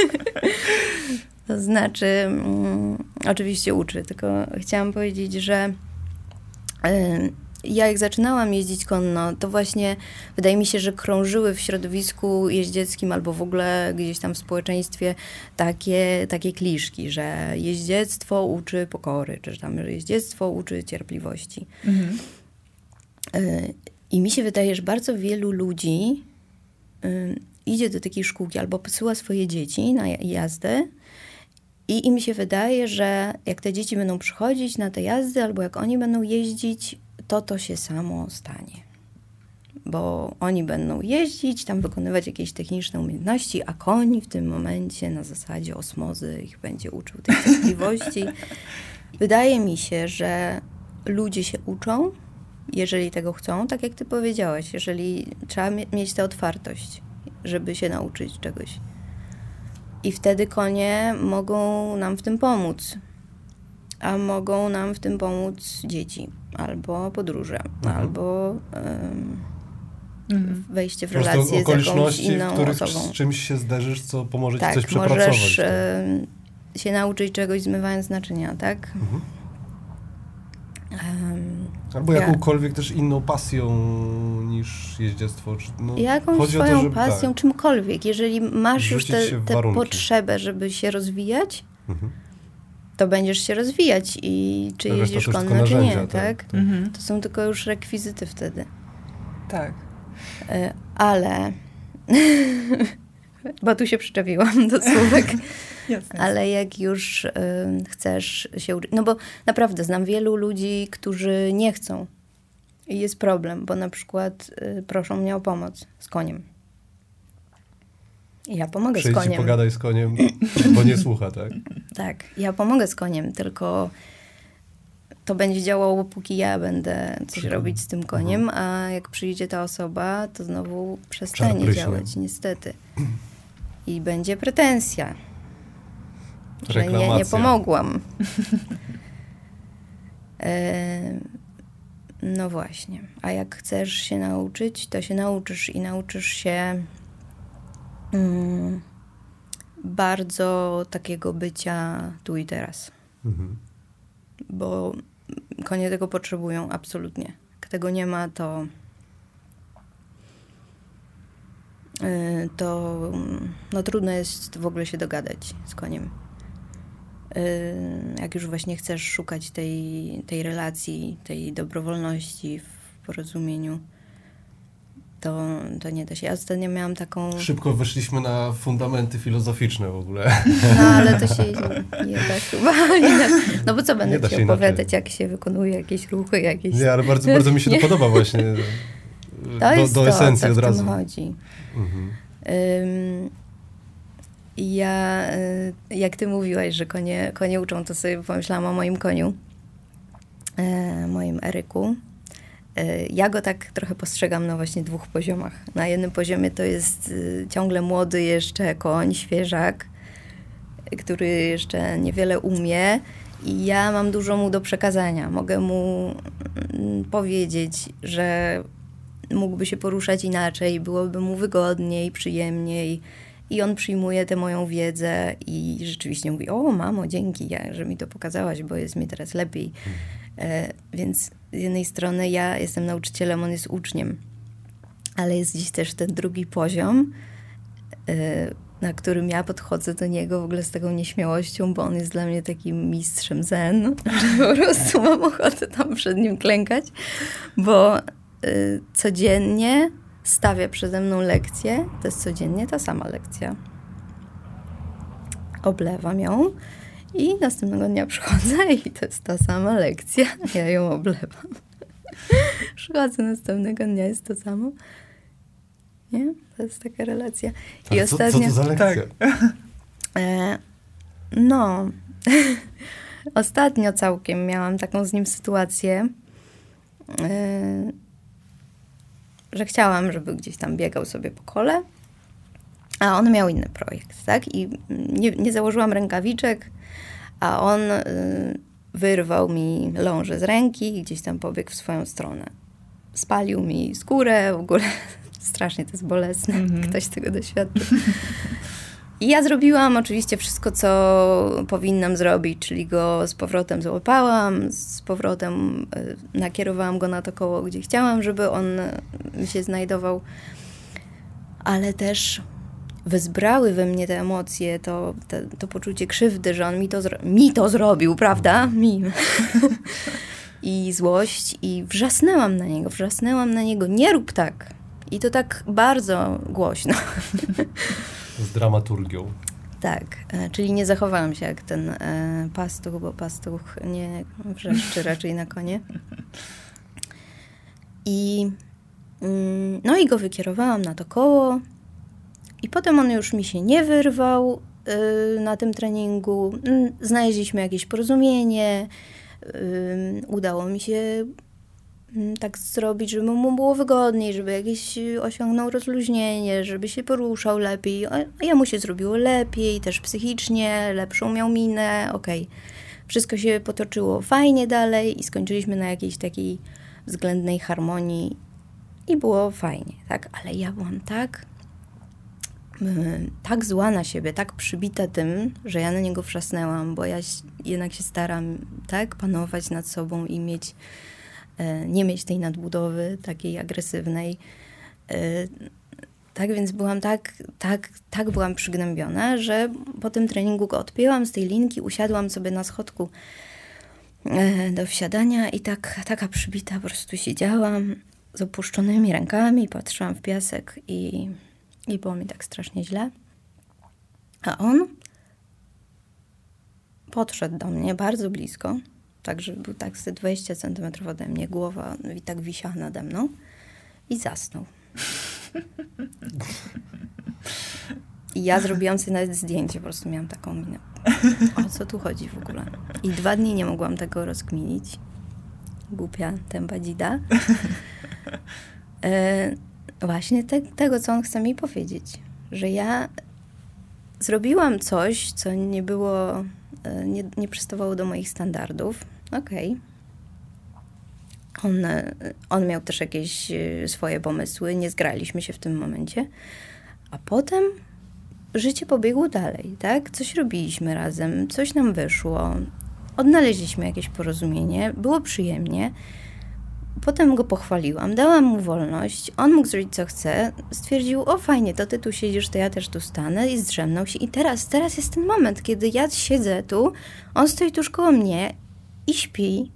Speaker 3: To znaczy, mm, oczywiście uczy, tylko chciałam powiedzieć, że y, ja jak zaczynałam jeździć konno, to właśnie wydaje mi się, że krążyły w środowisku jeździeckim albo w ogóle gdzieś tam w społeczeństwie takie, takie kliszki, że jeździectwo uczy pokory, czy tam jeździectwo uczy cierpliwości. Mhm. I mi się wydaje, że bardzo wielu ludzi y, idzie do takiej szkółki albo posyła swoje dzieci na jazdę i im się wydaje, że jak te dzieci będą przychodzić na te jazdy albo jak oni będą jeździć, to to się samo stanie. Bo oni będą jeździć, tam wykonywać jakieś techniczne umiejętności, a koń w tym momencie na zasadzie osmozy ich będzie uczył tej cierpliwości. Wydaje mi się, że ludzie się uczą, jeżeli tego chcą, tak jak ty powiedziałaś, jeżeli trzeba mieć tę otwartość, żeby się nauczyć czegoś. I wtedy konie mogą nam w tym pomóc. A mogą nam w tym pomóc dzieci, albo podróże, mhm. albo um, mhm. wejście w relację z jakąś inną
Speaker 4: w których
Speaker 3: osobą.
Speaker 4: Z czymś się zderzysz, co pomoże
Speaker 3: tak,
Speaker 4: ci coś przepracować.
Speaker 3: Tak, możesz um, się nauczyć czegoś zmywając naczynia, tak? Mhm. Um,
Speaker 4: albo ja, jakąkolwiek też inną pasją niż jeździectwo. No,
Speaker 3: jakąś
Speaker 4: chodzi
Speaker 3: swoją
Speaker 4: o to, żeby,
Speaker 3: pasją, tak, czymkolwiek. Jeżeli masz już tę potrzebę, żeby się rozwijać, mhm. to będziesz się rozwijać i czy
Speaker 4: to
Speaker 3: jeździsz konno, czy nie, tak? tak? tak. Mhm. To są tylko już rekwizyty wtedy.
Speaker 2: Tak.
Speaker 3: Ale, bo tu się przyczepiłam do słówek,
Speaker 2: Jasne.
Speaker 3: Ale jak już y, chcesz się uczyć, no bo naprawdę znam wielu ludzi, którzy nie chcą i jest problem, bo na przykład y, proszą mnie o pomoc z koniem. Ja pomogę
Speaker 4: Przyjdź
Speaker 3: z koniem.
Speaker 4: i pogadaj z koniem, bo nie słucha, tak?
Speaker 3: Tak, ja pomogę z koniem, tylko to będzie działało, póki ja będę coś Przy... robić z tym koniem, mhm. a jak przyjdzie ta osoba, to znowu przestanie działać, niestety. I będzie pretensja, że nie, nie pomogłam. e, no właśnie. A jak chcesz się nauczyć, to się nauczysz i nauczysz się mm, bardzo takiego bycia tu i teraz. Mhm. Bo konie tego potrzebują absolutnie. Jak tego nie ma, to yy, to no, trudno jest w ogóle się dogadać z koniem. jak już właśnie chcesz szukać tej, tej relacji, tej dobrowolności w porozumieniu, to, to nie da się. Ja ostatnio miałam taką...
Speaker 4: Szybko weszliśmy na fundamenty filozoficzne w ogóle.
Speaker 3: No, ale to się nie da chyba. No bo co będę ci opowiadać,
Speaker 4: inaczej.
Speaker 3: jak się wykonuje jakieś ruchy, jakieś...
Speaker 4: Nie, ale bardzo, bardzo mi się to podoba właśnie.
Speaker 3: To
Speaker 4: do,
Speaker 3: jest
Speaker 4: do
Speaker 3: to,
Speaker 4: esencji
Speaker 3: co
Speaker 4: od
Speaker 3: w
Speaker 4: razu.
Speaker 3: tym chodzi.
Speaker 4: Mhm.
Speaker 3: Ym, ja, y, jak ty mówiłaś, że konie, konie uczą, to sobie pomyślałam o moim koniu, y, moim Eryku. Y, ja go tak trochę postrzegam na właśnie dwóch poziomach. Na jednym poziomie to jest y, ciągle młody jeszcze koń, świeżak, y, który jeszcze niewiele umie i ja mam dużo mu do przekazania. Mogę mu y, powiedzieć, że mógłby się poruszać inaczej, byłoby mu wygodniej, przyjemniej i on przyjmuje tę moją wiedzę i rzeczywiście mówi, o mamo, dzięki, ja, że mi to pokazałaś, bo jest mi teraz lepiej. E, więc z jednej strony ja jestem nauczycielem, on jest uczniem, ale jest gdzieś też ten drugi poziom, e, na którym ja podchodzę do niego w ogóle z taką nieśmiałością, bo on jest dla mnie takim mistrzem zen, że po prostu mam ochotę tam przed nim klękać, bo y, codziennie stawia przede mną lekcję, to jest codziennie ta sama lekcja. Oblewam ją i następnego dnia przychodzę i to jest ta sama lekcja, ja ją oblewam. Przychodzę następnego dnia, jest to samo. Nie? To jest taka relacja. I
Speaker 4: co,
Speaker 3: ostatnio...
Speaker 4: co to za lekcja?
Speaker 2: Tak.
Speaker 3: E, no, ostatnio całkiem miałam taką z nim sytuację, e, że chciałam, żeby gdzieś tam biegał sobie po kole, a on miał inny projekt, tak? I nie, nie założyłam rękawiczek, a on y, wyrwał mi lążę z ręki i gdzieś tam pobiegł w swoją stronę. Spalił mi skórę, w ogóle strasznie to jest bolesne, mm-hmm. Ktoś tego doświadczył. I ja zrobiłam oczywiście wszystko, co powinnam zrobić, czyli go z powrotem złapałam, z powrotem y, nakierowałam go na to koło, gdzie chciałam, żeby on y, się znajdował. Ale też wezbrały we mnie te emocje, to, to, to poczucie krzywdy, że on mi to, zro- mi to zrobił, prawda? Mi. I złość. I wrzasnęłam na niego, wrzasnęłam na niego, nie rób tak. I to tak bardzo głośno.
Speaker 4: Z dramaturgią.
Speaker 3: Tak, e, czyli nie zachowałam się jak ten e, pastuch, bo pastuch nie wrzeszczy raczej na konie. I mm, no i go wykierowałam na to koło i potem on już mi się nie wyrwał y, na tym treningu. Y, znaleźliśmy jakieś porozumienie, y, udało mi się tak zrobić, żeby mu było wygodniej, żeby jakieś osiągnął rozluźnienie, żeby się poruszał lepiej, a jemu się zrobiło lepiej, też psychicznie, lepszą miał minę, okej. Okay. Wszystko się potoczyło fajnie dalej i skończyliśmy na jakiejś takiej względnej harmonii i było fajnie, tak? Ale ja byłam tak, tak zła na siebie, tak przybita tym, że ja na niego wrzasnęłam, bo ja jednak się staram, tak, panować nad sobą i mieć nie mieć tej nadbudowy takiej agresywnej. Tak więc byłam tak, tak, tak byłam przygnębiona, że po tym treningu go odpięłam z tej linki, usiadłam sobie na schodku do wsiadania i tak, taka przybita po prostu siedziałam z opuszczonymi rękami, patrzyłam w piasek i, i było mi tak strasznie źle. A on podszedł do mnie bardzo blisko, także był tak ze dwadzieścia centymetrów ode mnie, głowa i tak wisiała nade mną i zasnął. I ja zrobiłam sobie nawet zdjęcie, po prostu miałam taką minę. O co tu chodzi w ogóle? I dwa dni nie mogłam tego rozkminić. Głupia tępa dzida. E, właśnie te, tego, co on chce mi powiedzieć. Że ja zrobiłam coś, co nie było, nie, nie przystawało do moich standardów. Okej. Okay. On, on miał też jakieś swoje pomysły, nie zgraliśmy się w tym momencie. A potem życie pobiegło dalej, tak? Coś robiliśmy razem, coś nam wyszło, odnaleźliśmy jakieś porozumienie, było przyjemnie. potem go pochwaliłam, dałam mu wolność, on mógł zrobić co chce, stwierdził, o fajnie, to ty tu siedzisz, to ja też tu stanę i zdrzemnął się. I teraz, teraz jest ten moment, kiedy ja siedzę tu, on stoi tuż koło mnie i śpi.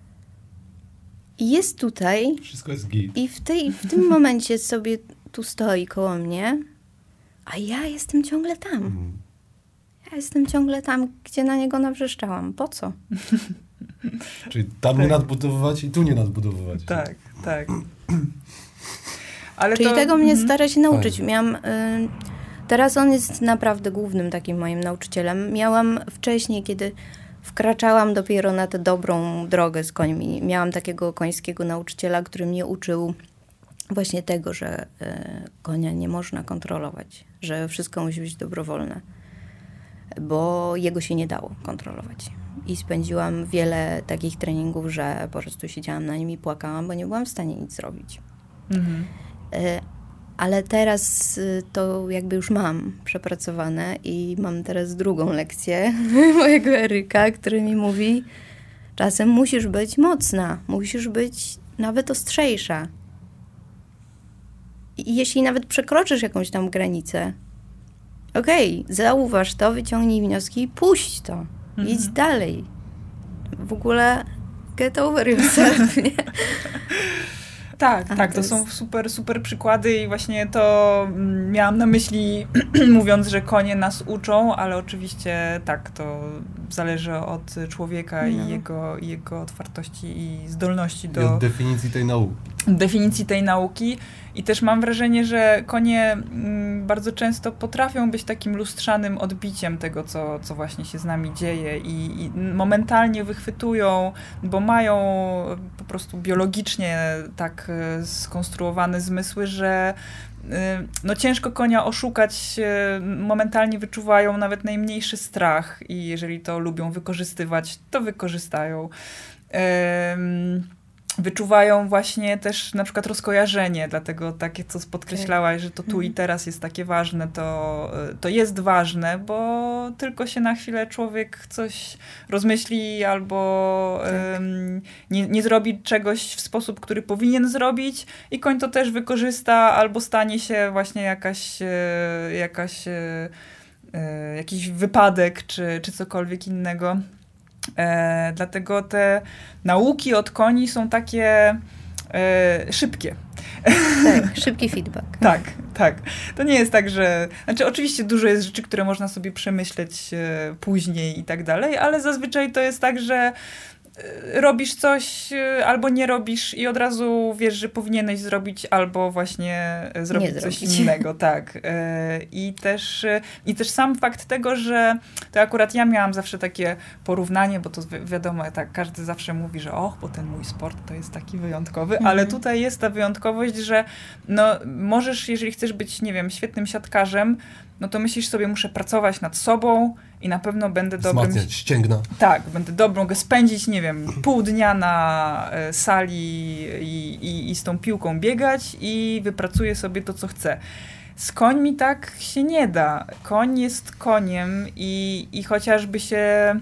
Speaker 3: I jest tutaj.
Speaker 4: Wszystko jest git.
Speaker 3: I w, tej, w tym momencie sobie tu stoi koło mnie, a ja jestem ciągle tam. Mm. Ja jestem ciągle tam, gdzie na niego nawrzeszczałam. Po co?
Speaker 4: Czyli tam tak. nie nadbudowywać i tu nie nadbudowywać.
Speaker 2: Tak, tak. Ale
Speaker 3: Czyli
Speaker 2: to...
Speaker 3: tego mnie stara się nauczyć.
Speaker 4: Fajnie.
Speaker 3: Miałam, y, teraz on jest naprawdę głównym takim moim nauczycielem. Miałam wcześniej, kiedy wkraczałam dopiero na tę dobrą drogę z końmi. Miałam takiego końskiego nauczyciela, który mnie uczył właśnie tego, że y, konia nie można kontrolować, że wszystko musi być dobrowolne, bo jego się nie dało kontrolować. I spędziłam wiele takich treningów, że po prostu siedziałam na nim i płakałam, bo nie byłam w stanie nic zrobić. Mhm. Y, ale teraz y, to jakby już mam przepracowane i mam teraz drugą lekcję mojego Eryka, który mi mówi, czasem musisz być mocna, musisz być nawet ostrzejsza. I jeśli nawet przekroczysz jakąś tam granicę, okej, okay, zauważ to, wyciągnij wnioski i puść to. Mhm. Idź dalej. W ogóle get over yourself, nie?
Speaker 2: Tak,
Speaker 3: A,
Speaker 2: tak, to,
Speaker 3: to
Speaker 2: to są
Speaker 3: jest...
Speaker 2: super, super przykłady i właśnie to mm, miałam na myśli, mówiąc, że konie nas uczą, ale oczywiście tak, to zależy od człowieka no. i, jego, i jego otwartości i zdolności do...
Speaker 4: I od definicji tej nauki.
Speaker 2: definicji tej nauki. I też mam wrażenie, że konie mm, bardzo często potrafią być takim lustrzanym odbiciem tego, co, co właśnie się z nami dzieje i, i momentalnie wychwytują, bo mają po prostu biologicznie tak y, skonstruowane zmysły, że y, no ciężko konia oszukać, y, momentalnie wyczuwają nawet najmniejszy strach i jeżeli to lubią wykorzystywać, to wykorzystają. Y, Wyczuwają właśnie też na przykład rozkojarzenie, dlatego takie, co podkreślałaś, że to tu i teraz jest takie ważne, to, to jest ważne, bo tylko się na chwilę człowiek coś rozmyśli albo tak. um, nie, nie zrobi czegoś w sposób, który powinien zrobić i koń to też wykorzysta albo stanie się właśnie jakaś, jakaś jakiś wypadek czy, czy cokolwiek innego. E, dlatego te nauki od koni są takie e, szybkie.
Speaker 3: Tak, szybki feedback.
Speaker 2: Tak, tak. To nie jest tak, że... Znaczy oczywiście dużo jest rzeczy, które można sobie przemyśleć e, później i tak dalej, ale zazwyczaj to jest tak, że robisz coś albo nie robisz i od razu wiesz, że powinieneś zrobić albo właśnie zrobić
Speaker 3: nie
Speaker 2: coś
Speaker 3: zrobić.
Speaker 2: innego, tak. I też, I też sam fakt tego, że to akurat ja miałam zawsze takie porównanie, bo to wi- wiadomo, tak, każdy zawsze mówi, że och, bo ten mój sport to jest taki wyjątkowy, mhm. ale tutaj jest ta wyjątkowość, że no możesz, jeżeli chcesz być, nie wiem, świetnym siatkarzem, no to myślisz sobie, muszę pracować nad sobą i na pewno będę dobrym...
Speaker 4: Wzmacniać ścięgna.
Speaker 2: Tak, będę dobrą, mogę spędzić, nie wiem, pół dnia na e, sali i, i, i z tą piłką biegać i wypracuję sobie to, co chcę. Z końmi tak się nie da. Koń jest koniem i, i chociażby się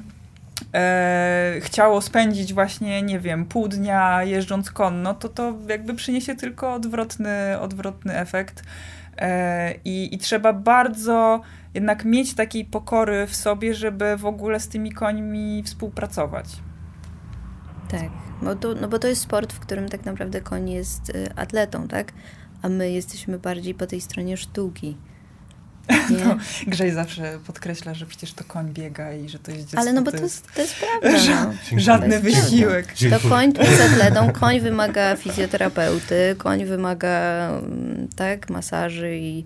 Speaker 2: e, chciało spędzić właśnie, nie wiem, pół dnia jeżdżąc konno, to to jakby przyniesie tylko odwrotny, odwrotny efekt. I, I trzeba bardzo jednak mieć takiej pokory w sobie, żeby w ogóle z tymi końmi współpracować.
Speaker 3: Tak, bo to, no bo to jest sport, w którym tak naprawdę koń jest y, atletą, tak? A my jesteśmy bardziej po tej stronie sztuki. Nie?
Speaker 2: No, Grzej zawsze podkreśla, że przecież to koń biega i że to jest dziecko.
Speaker 3: Ale no bo to jest, to jest prawda. No.
Speaker 2: Żadny wysiłek.
Speaker 3: To koń jest atletą, koń wymaga fizjoterapeuty, koń wymaga tak, masaży i,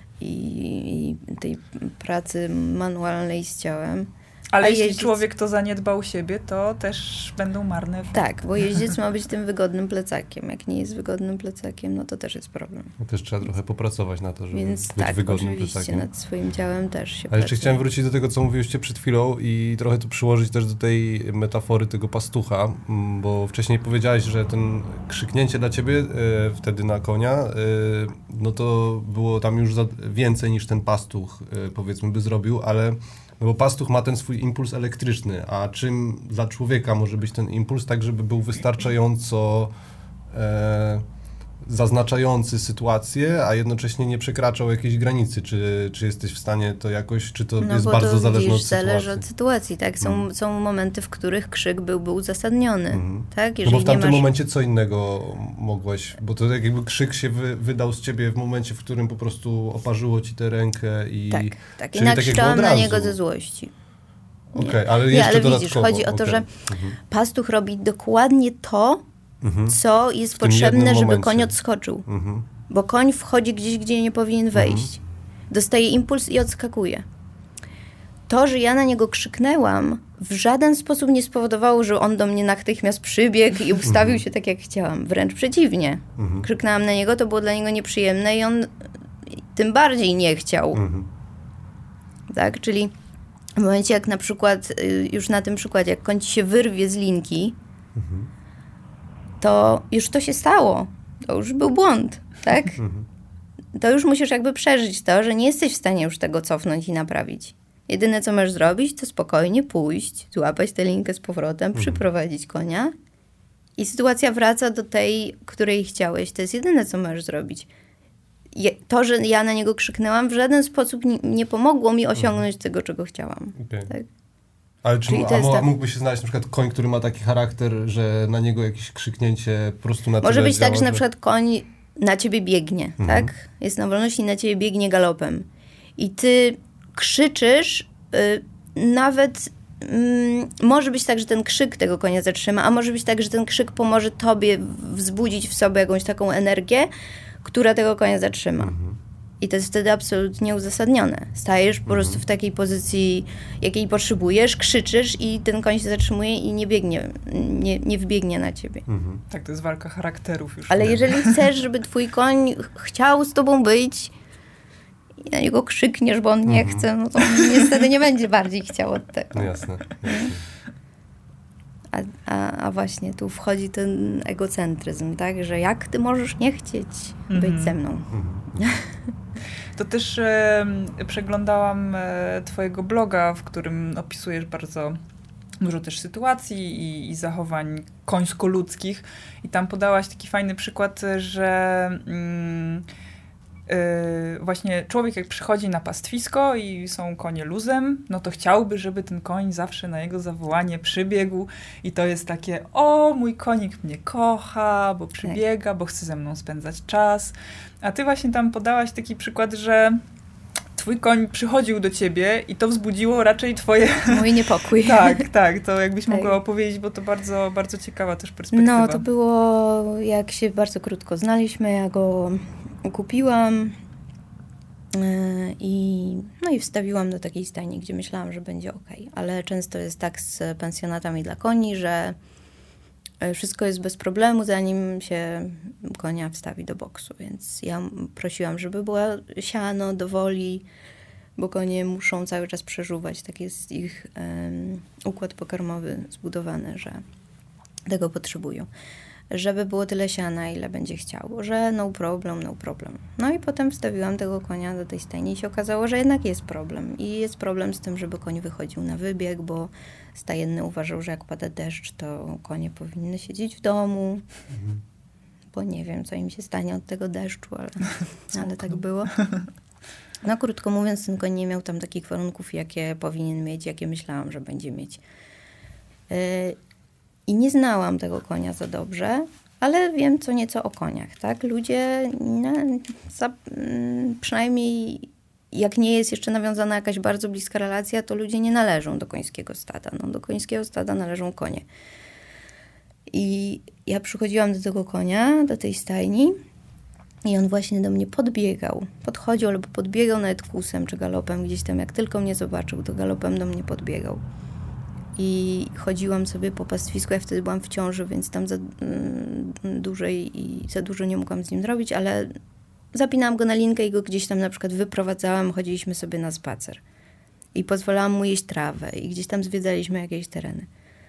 Speaker 3: i, i tej pracy manualnej z ciałem.
Speaker 2: Ale
Speaker 3: A
Speaker 2: jeśli
Speaker 3: jeździec...
Speaker 2: człowiek to zaniedba u siebie, to też będą marne efekty.
Speaker 3: Tak, bo jeździec ma być tym wygodnym plecakiem. Jak nie jest wygodnym plecakiem, no to też jest problem.
Speaker 4: No też trzeba trochę popracować na to, żeby
Speaker 3: Więc
Speaker 4: być
Speaker 3: tak,
Speaker 4: wygodnym
Speaker 3: oczywiście
Speaker 4: plecakiem.
Speaker 3: nad swoim ciałem też się
Speaker 4: Ale jeszcze
Speaker 3: pracuje.
Speaker 4: chciałem wrócić do tego, co mówiłyście przed chwilą i trochę to przyłożyć też do tej metafory tego pastucha, bo wcześniej powiedziałaś, że ten krzyknięcie dla ciebie e, wtedy na konia, e, no to było tam już za więcej niż ten pastuch, e, powiedzmy, by zrobił, ale no bo pastuch ma ten swój impuls elektryczny, a czym dla człowieka może być ten impuls, tak żeby był wystarczająco e, zaznaczający sytuację, a jednocześnie nie przekraczał jakiejś granicy. Czy, czy jesteś w stanie to jakoś, czy to
Speaker 3: no
Speaker 4: jest
Speaker 3: bo
Speaker 4: bardzo
Speaker 3: to,
Speaker 4: zależne
Speaker 3: widzisz,
Speaker 4: od sytuacji?
Speaker 3: zależy od sytuacji, tak? Są,
Speaker 4: Mhm.
Speaker 3: są momenty, w których krzyk byłby uzasadniony,
Speaker 4: Mhm.
Speaker 3: tak?
Speaker 4: No
Speaker 3: Jeżeli
Speaker 4: bo w tamtym
Speaker 3: nie masz...
Speaker 4: momencie co innego mogłeś, bo to tak jakby krzyk się wy, wydał z ciebie w momencie, w którym po prostu oparzyło ci tę rękę i...
Speaker 3: Tak, tak. I
Speaker 4: czyli tak jakby
Speaker 3: nakrzyczałam
Speaker 4: od
Speaker 3: na
Speaker 4: razu.
Speaker 3: niego ze złości.
Speaker 4: Okej, okay, ale
Speaker 3: Nie,
Speaker 4: jeszcze
Speaker 3: ale
Speaker 4: dodatkowo.
Speaker 3: widzisz, chodzi o to,
Speaker 4: okay.
Speaker 3: że
Speaker 4: mhm.
Speaker 3: pastuch robi dokładnie to,
Speaker 4: Mhm.
Speaker 3: co jest
Speaker 4: W tym
Speaker 3: potrzebne,
Speaker 4: jednym
Speaker 3: żeby
Speaker 4: momencie.
Speaker 3: koń odskoczył.
Speaker 4: Mhm.
Speaker 3: Bo koń wchodzi gdzieś, gdzie nie powinien wejść. Mhm. Dostaje impuls i odskakuje. To, że ja na niego krzyknęłam, w żaden sposób nie spowodowało, że on do mnie natychmiast przybiegł i ustawił się tak, jak chciałam. Wręcz przeciwnie.
Speaker 4: Mhm.
Speaker 3: Krzyknęłam na niego, to było dla niego nieprzyjemne i on tym bardziej nie chciał.
Speaker 4: Mhm.
Speaker 3: Tak? Czyli w momencie, jak na przykład, już na tym przykładzie, jak koń ci się wyrwie z linki,
Speaker 4: Mhm.
Speaker 3: to już to się stało. To już był błąd, tak?
Speaker 4: Mhm.
Speaker 3: To już musisz jakby przeżyć to, że nie jesteś w stanie już tego cofnąć i naprawić. Jedyne, co możesz zrobić, to spokojnie pójść, złapać tę linkę z powrotem,
Speaker 4: Mhm.
Speaker 3: przyprowadzić konia i sytuacja wraca do tej, której chciałeś. To jest jedyne, co możesz zrobić. Je, to, że ja na niego krzyknęłam, w żaden sposób nie, nie pomogło mi osiągnąć mhm. tego, czego chciałam.
Speaker 4: Okay.
Speaker 3: Tak?
Speaker 4: Ale czy
Speaker 3: Czyli
Speaker 4: a,
Speaker 3: to jest
Speaker 4: a
Speaker 3: tak-
Speaker 4: mógłby się znaleźć na przykład koń, który ma taki charakter, że na niego jakieś krzyknięcie po prostu na
Speaker 3: Może
Speaker 4: tyle
Speaker 3: być tak,
Speaker 4: działa,
Speaker 3: że na przykład koń na ciebie biegnie,
Speaker 4: Mhm.
Speaker 3: tak? Jest na wolności i na ciebie biegnie galopem. I ty krzyczysz, y, nawet mm, może być tak, że ten krzyk tego konia zatrzyma, a może być tak, że ten krzyk pomoże tobie wzbudzić w sobie jakąś taką energię, która tego konia zatrzyma.
Speaker 4: Mhm.
Speaker 3: I to jest wtedy absolutnie uzasadnione. Stajesz po prostu w takiej pozycji, jakiej potrzebujesz, krzyczysz i ten koń się zatrzymuje i nie biegnie, nie, nie wbiegnie na ciebie.
Speaker 4: Mhm.
Speaker 2: Tak, to jest walka charakterów już.
Speaker 3: Ale jeżeli chcesz, żeby twój koń chciał z tobą być i na niego krzykniesz, bo on nie
Speaker 4: Mhm.
Speaker 3: chce, no to niestety nie będzie bardziej chciał od tego.
Speaker 4: No jasne. jasne.
Speaker 3: A, a, a właśnie tu wchodzi ten egocentryzm, tak? Że jak ty możesz nie chcieć być
Speaker 2: Mhm.
Speaker 3: ze mną?
Speaker 4: Mhm.
Speaker 2: To też e, przeglądałam e, twojego bloga, w którym opisujesz bardzo dużo też sytuacji i, i zachowań końsko-ludzkich. I tam podałaś taki fajny przykład, że mm, e, właśnie człowiek jak przychodzi na pastwisko i są konie luzem, no to chciałby, żeby ten koń zawsze na jego zawołanie przybiegł i to jest takie, o, mój konik mnie kocha, bo przybiega, bo chce ze mną spędzać czas. A ty właśnie tam podałaś taki przykład, że twój koń przychodził do ciebie i to wzbudziło raczej twoje...
Speaker 3: Mój niepokój.
Speaker 2: tak, tak, to jakbyś
Speaker 3: Tak.
Speaker 2: mogła opowiedzieć, bo to bardzo, bardzo ciekawa też perspektywa.
Speaker 3: No, to było, jak się bardzo krótko znaliśmy, ja go kupiłam yy, i, no i wstawiłam do takiej stajni, gdzie myślałam, że będzie okej. Ale często jest tak z pensjonatami dla koni, że wszystko jest bez problemu, zanim się konia wstawi do boksu. Więc ja prosiłam, żeby była siano do woli, bo konie muszą cały czas przeżuwać. Tak jest ich um, układ pokarmowy zbudowany, że tego potrzebują. Żeby było tyle siana, ile będzie chciał, że no problem, no problem. No i potem wstawiłam tego konia do tej stajni i się okazało, że jednak jest problem. I jest problem z tym, żeby koń wychodził na wybieg, bo stajenny uważał, że jak pada deszcz, to konie powinny siedzieć w domu,
Speaker 4: Mhm.
Speaker 3: bo nie wiem, co im się stanie od tego deszczu, ale, ale tak było. No krótko mówiąc, ten koń nie miał tam takich warunków, jakie powinien mieć, jakie myślałam, że będzie mieć. Yy, I nie znałam tego konia za dobrze, ale wiem co nieco o koniach, tak? Ludzie, no, za, mm, przynajmniej jak nie jest jeszcze nawiązana jakaś bardzo bliska relacja, to ludzie nie należą do końskiego stada. No, do końskiego stada należą konie. I ja przychodziłam do tego konia, do tej stajni i on właśnie do mnie podbiegał. Podchodził albo podbiegał nawet kłusem czy galopem. Gdzieś tam jak tylko mnie zobaczył, to galopem do mnie podbiegał. I chodziłam sobie po pastwisku, ja wtedy byłam w ciąży, więc tam za mm, dłużej i za dużo nie mogłam z nim zrobić, ale zapinałam go na linkę i go gdzieś tam na przykład wyprowadzałam, chodziliśmy sobie na spacer. I pozwalałam mu jeść trawę i gdzieś tam zwiedzaliśmy jakieś tereny.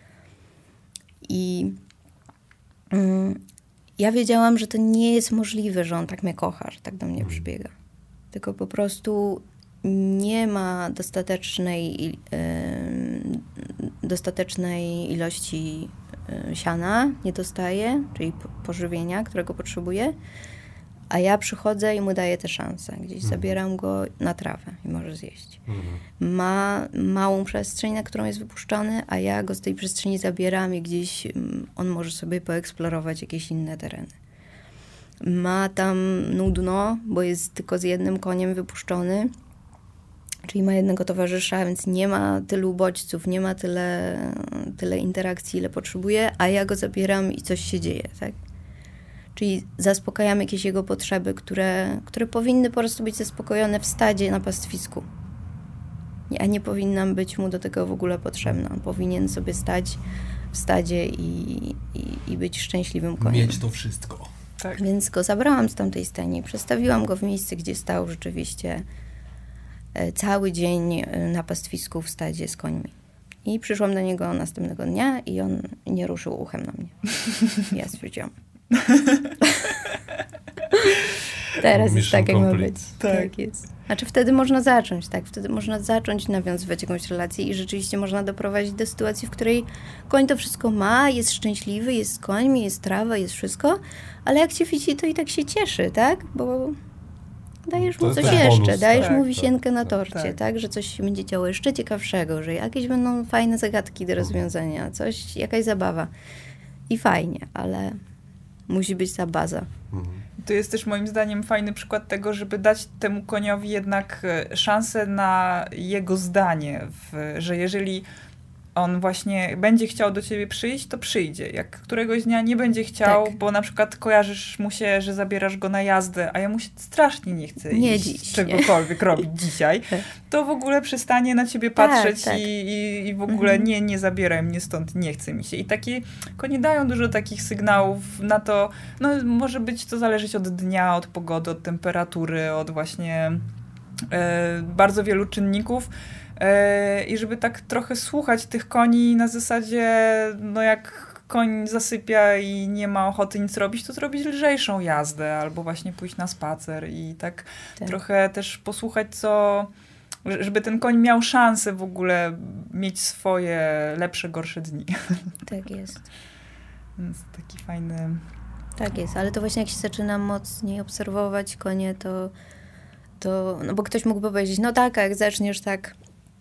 Speaker 3: I mm, ja wiedziałam, że to nie jest możliwe, że on tak mnie kocha, że tak do mnie przybiega. Tylko po prostu nie ma dostatecznej, yy, dostatecznej ilości y, siana, nie dostaje, czyli pożywienia, którego potrzebuje, a ja przychodzę i mu daję tę szansę. Gdzieś mhm. zabieram go na trawę i może zjeść. Mhm. Ma małą przestrzeń, na którą jest wypuszczony, a ja go z tej przestrzeni zabieram i gdzieś on może sobie poeksplorować jakieś inne tereny. Ma tam nudno, bo jest tylko z jednym koniem wypuszczony, czyli ma jednego towarzysza, więc nie ma tylu bodźców, nie ma tyle, tyle interakcji, ile potrzebuje, a ja go zabieram i coś się dzieje, tak? Czyli zaspokajam jakieś jego potrzeby, które, które powinny po prostu być zaspokojone w stadzie na pastwisku. A nie powinnam być mu do tego w ogóle potrzebna. On powinien sobie stać w stadzie i, i, i być szczęśliwym koniem.
Speaker 4: Mieć to wszystko.
Speaker 3: Tak. Więc go zabrałam z tamtej stajni, przestawiłam go w miejsce, gdzie stał rzeczywiście cały dzień na pastwisku w stadzie z końmi. I przyszłam do niego następnego dnia i on nie ruszył uchem na mnie. Ja stwierdziłam. Teraz jest tak, jak ma być. Tak. tak jest. Znaczy wtedy można zacząć, tak? Wtedy można zacząć nawiązywać jakąś relację i rzeczywiście można doprowadzić do sytuacji, w której koń to wszystko ma, jest szczęśliwy, jest z końmi, jest trawa, jest wszystko, ale jak cię widzi, to i tak się cieszy, tak? Bo dajesz mu coś jeszcze, bonus, dajesz tak, mu wisienkę tak, na torcie, tak. tak? Że coś się będzie działo jeszcze ciekawszego, że jakieś będą fajne zagadki do rozwiązania, coś, jakaś zabawa. I fajnie, ale musi być ta baza.
Speaker 2: To jest też moim zdaniem fajny przykład tego, żeby dać temu koniowi jednak szansę na jego zdanie, w, że jeżeli on właśnie będzie chciał do ciebie przyjść, to przyjdzie. Jak któregoś dnia nie będzie chciał, tak. bo na przykład kojarzysz mu się, że zabierasz go na jazdę, a ja mu się strasznie nie chcę
Speaker 3: nie
Speaker 2: iść,
Speaker 3: dziś,
Speaker 2: czegokolwiek nie. robić dzisiaj, to w ogóle przestanie na ciebie patrzeć tak, tak. I, i, i w ogóle mhm. nie, nie zabieraj mnie stąd, nie chce mi się. I takie konie dają dużo takich sygnałów na to, no może być to zależeć od dnia, od pogody, od temperatury, od właśnie e, bardzo wielu czynników. I żeby tak trochę słuchać tych koni na zasadzie, no jak koń zasypia i nie ma ochoty nic robić, to zrobić lżejszą jazdę albo właśnie pójść na spacer i tak, tak. trochę też posłuchać, co, żeby ten koń miał szansę w ogóle mieć swoje lepsze, gorsze dni.
Speaker 3: Tak jest.
Speaker 2: Więc taki fajny...
Speaker 3: Tak jest, ale to właśnie jak się zaczyna mocniej obserwować konie, to, to no bo ktoś mógłby powiedzieć, no tak, a jak zaczniesz tak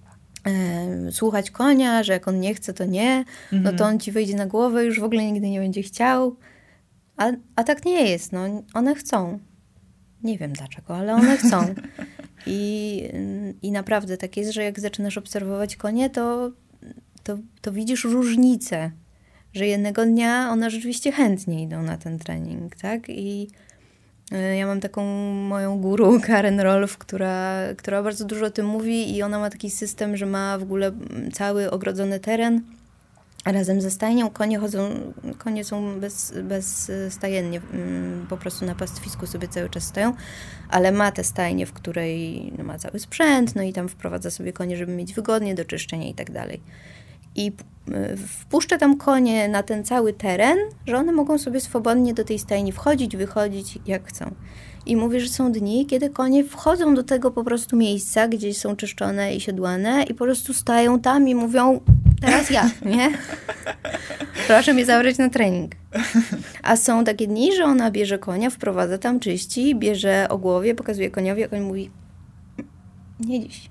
Speaker 3: e, słuchać konia, że jak on nie chce, to nie, mhm. no to on ci wejdzie na głowę, już w ogóle nigdy nie będzie chciał. A, a tak nie jest, no one chcą. Nie wiem dlaczego, ale one chcą. I, i naprawdę tak jest, że jak zaczynasz obserwować konie, to, to, to widzisz różnicę, że jednego dnia one rzeczywiście chętnie idą na ten trening, tak? I y, ja mam taką moją guru, Karen Rolf, która, która bardzo dużo o tym mówi i ona ma taki system, że ma w ogóle cały ogrodzony teren razem ze stajnią. Konie chodzą, konie są bez, bezstajennie, po prostu na pastwisku sobie cały czas stoją, ale ma tę stajnię, w której no, ma cały sprzęt, no i tam wprowadza sobie konie, żeby mieć wygodnie do czyszczenia i tak dalej. I wpuszcza tam konie na ten cały teren, że one mogą sobie swobodnie do tej stajni wchodzić, wychodzić jak chcą. I mówię, że są dni, kiedy konie wchodzą do tego po prostu miejsca, gdzie są czyszczone i siodłane i po prostu stają tam i mówią, teraz ja, nie? Proszę mnie zabrać na trening. A są takie dni, że ona bierze konia, wprowadza tam, czyści, bierze ogłowie, pokazuje koniowi, a koń mówi, nie dziś.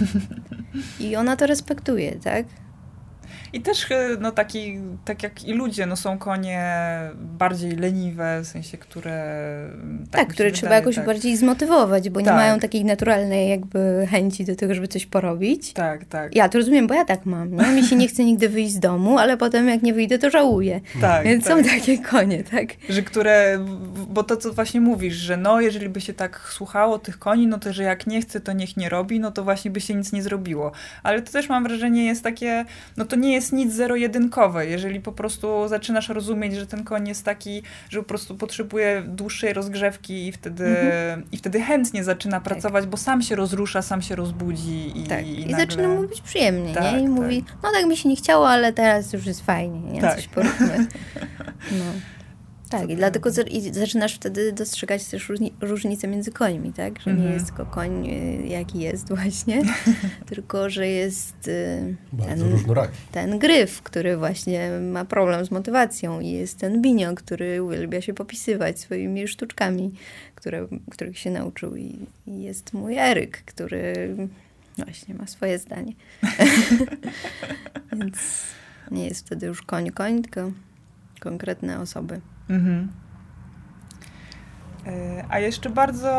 Speaker 3: I ona to respektuje, tak?
Speaker 2: I też no taki, tak jak i ludzie, no są konie bardziej leniwe, w sensie, które...
Speaker 3: Tak, tak które trzeba wydaje, jakoś tak. bardziej zmotywować, bo tak. nie mają takiej naturalnej jakby chęci do tego, żeby coś porobić.
Speaker 2: Tak, tak.
Speaker 3: Ja to rozumiem, bo ja tak mam, nie? Mi się nie chce nigdy wyjść z domu, ale potem jak nie wyjdę, to żałuję. Tak, Więc tak. są takie konie, tak?
Speaker 2: Że które, bo to co właśnie mówisz, że no jeżeli by się tak słuchało tych koni, no to że jak nie chce, to niech nie robi, no to właśnie by się nic nie zrobiło. Ale to też mam wrażenie jest takie, no to nie jest nic zero-jedynkowe. Jeżeli po prostu zaczynasz rozumieć, że ten koń jest taki, że po prostu potrzebuje dłuższej rozgrzewki i wtedy, mm-hmm. i wtedy chętnie zaczyna pracować, tak. bo sam się rozrusza, sam się rozbudzi. I,
Speaker 3: tak.
Speaker 2: i,
Speaker 3: I
Speaker 2: nagle...
Speaker 3: zaczyna mu być przyjemnie,
Speaker 2: tak,
Speaker 3: nie? I
Speaker 2: tak.
Speaker 3: mówi, no tak mi się nie chciało, ale teraz już jest fajnie, nie?
Speaker 2: Tak.
Speaker 3: Coś poróbmy. No. Tak, i dlatego z, i zaczynasz wtedy dostrzegać też różni, różnice między końmi, tak? Że mhm. nie jest tylko koń, jaki jest właśnie, tylko że jest
Speaker 4: bardzo ten, różnoraki.
Speaker 3: Ten gryf, który właśnie ma problem z motywacją i jest ten binio, który uwielbia się popisywać swoimi sztuczkami, które, których się nauczył i, i jest mój Eryk, który właśnie ma swoje zdanie. Więc nie jest wtedy już koń, koń, tylko konkretne osoby. Mhm.
Speaker 2: A jeszcze bardzo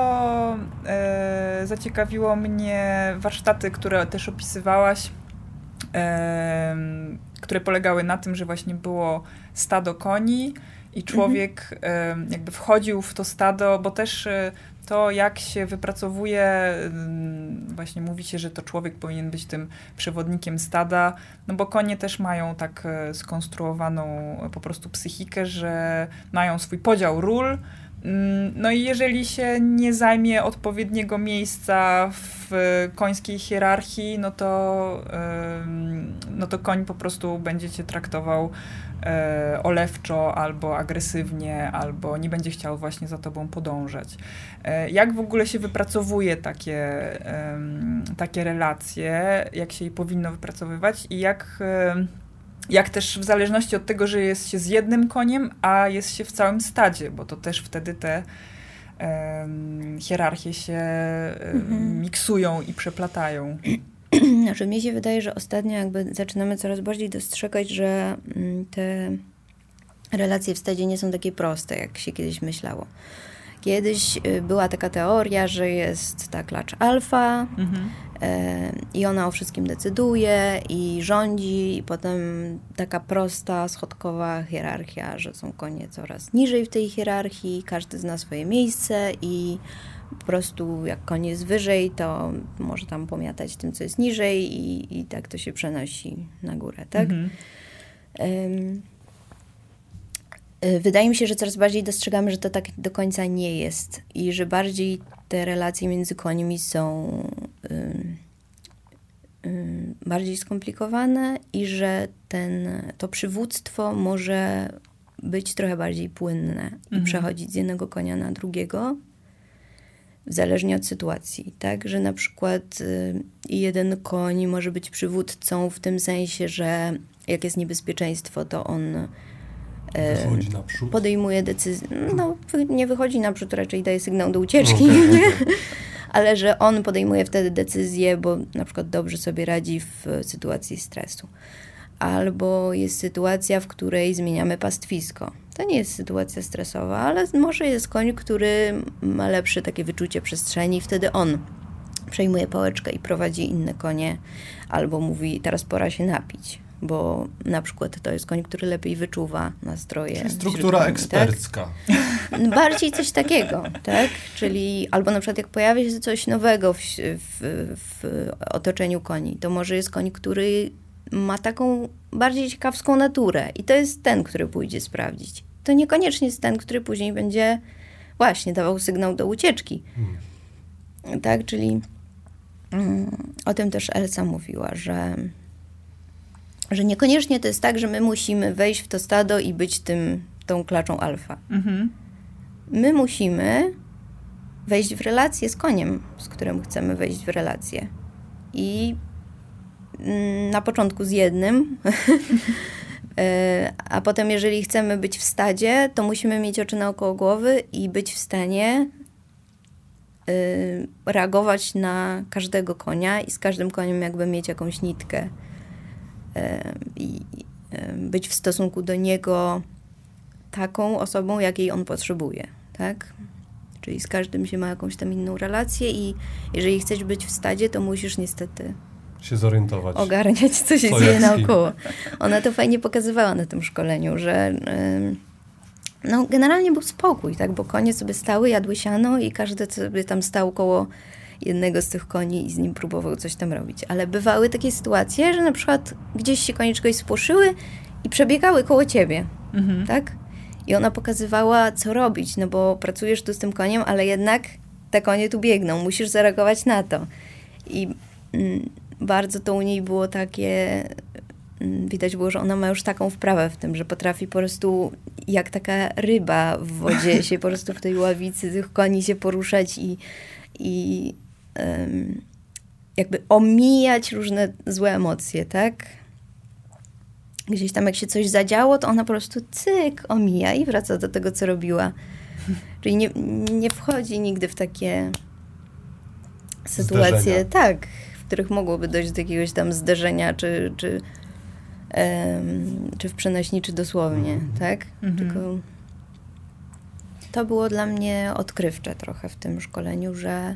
Speaker 2: e, zaciekawiło mnie warsztaty, które też opisywałaś, e, które polegały na tym, że właśnie było stado koni i człowiek mhm. e, jakby wchodził w to stado, bo też e, to, jak się wypracowuje, właśnie mówi się, że to człowiek powinien być tym przewodnikiem stada, no bo konie też mają tak skonstruowaną po prostu psychikę, że mają swój podział ról. No i jeżeli się nie zajmie odpowiedniego miejsca w końskiej hierarchii, no to, no to koń po prostu będzie cię traktował olewczo albo agresywnie, albo nie będzie chciał właśnie za tobą podążać. Jak w ogóle się wypracowuje takie, takie relacje, jak się je powinno wypracowywać i jak, jak też w zależności od tego, że jest się z jednym koniem, a jest się w całym stadzie, bo to też wtedy te hierarchie się mhm. miksują i przeplatają.
Speaker 3: Znaczy, mi się wydaje, że ostatnio jakby zaczynamy coraz bardziej dostrzegać, że te relacje w stadzie nie są takie proste, jak się kiedyś myślało. Kiedyś była taka teoria, że jest ta klacz alfa mhm. e, i ona o wszystkim decyduje i rządzi i potem taka prosta, schodkowa hierarchia, że są konie coraz niżej w tej hierarchii, każdy zna swoje miejsce i po prostu jak koń jest wyżej, to może tam pomiatać tym, co jest niżej i, i tak to się przenosi na górę, tak? Mhm. Um, Wydaje mi się, że coraz bardziej dostrzegamy, że to tak do końca nie jest i że bardziej te relacje między końmi są um, um, bardziej skomplikowane i że ten, to przywództwo może być trochę bardziej płynne mhm. i przechodzić z jednego konia na drugiego, zależnie od sytuacji, tak? Że na przykład y, jeden koń może być przywódcą w tym sensie, że jak jest niebezpieczeństwo, to on
Speaker 4: wychodzi naprzód.
Speaker 3: Podejmuje decyzję. No, nie wychodzi naprzód, raczej daje sygnał do ucieczki. Okay, okay. Ale że on podejmuje wtedy decyzję, bo na przykład dobrze sobie radzi w sytuacji stresu. Albo jest sytuacja, w której zmieniamy pastwisko. To nie jest sytuacja stresowa, ale może jest koń, który ma lepsze takie wyczucie przestrzeni. Wtedy on przejmuje pałeczkę i prowadzi inne konie. Albo mówi, teraz pora się napić. Bo na przykład to jest koń, który lepiej wyczuwa nastroje.
Speaker 4: Czyli struktura koni, ekspercka.
Speaker 3: Tak? Bardziej coś takiego, tak? Czyli albo na przykład jak pojawia się coś nowego w, w, w otoczeniu koni, to może jest koń, który ma taką bardziej ciekawską naturę i to jest ten, który pójdzie sprawdzić. To niekoniecznie jest ten, który później będzie właśnie dawał sygnał do ucieczki. Hmm. Tak? Czyli mm, o tym też Elsa mówiła, że że niekoniecznie to jest tak, że my musimy wejść w to stado i być tym, tą klaczą alfa. Mhm. My musimy wejść w relację z koniem, z którym chcemy wejść w relację. I na początku z jednym, a potem jeżeli chcemy być w stadzie, to musimy mieć oczy naokoło głowy i być w stanie reagować na każdego konia i z każdym koniem jakby mieć jakąś nitkę. I być w stosunku do niego taką osobą, jakiej on potrzebuje, tak? Czyli z każdym się ma jakąś tam inną relację i jeżeli chcesz być w stadzie, to musisz niestety
Speaker 4: się zorientować.
Speaker 3: Ogarniać, co się dzieje naokoło. Ona to fajnie pokazywała na tym szkoleniu, że no, generalnie był spokój, tak? Bo konie sobie stały, jadły siano i każdy sobie tam stał koło jednego z tych koni i z nim próbował coś tam robić. Ale bywały takie sytuacje, że na przykład gdzieś się konie czegoś spłoszyły i przebiegały koło ciebie, mhm. tak? I ona pokazywała, co robić, no bo pracujesz tu z tym koniem, ale jednak te konie tu biegną, musisz zareagować na to. I mm, bardzo to u niej było takie, mm, widać było, że ona ma już taką wprawę w tym, że potrafi po prostu jak taka ryba w wodzie się po prostu w tej ławicy tych koni się poruszać i, i um, jakby omijać różne złe emocje, tak? Gdzieś tam jak się coś zadziało, to ona po prostu cyk, omija i wraca do tego, co robiła. Czyli nie, nie wchodzi nigdy w takie sytuacje,
Speaker 4: zderzenia.
Speaker 3: tak, w których mogłoby dojść do jakiegoś tam zderzenia, czy, czy, um, czy w przenośni, czy dosłownie, mm. tak? Mm-hmm. Tylko to było dla mnie odkrywcze trochę w tym szkoleniu, że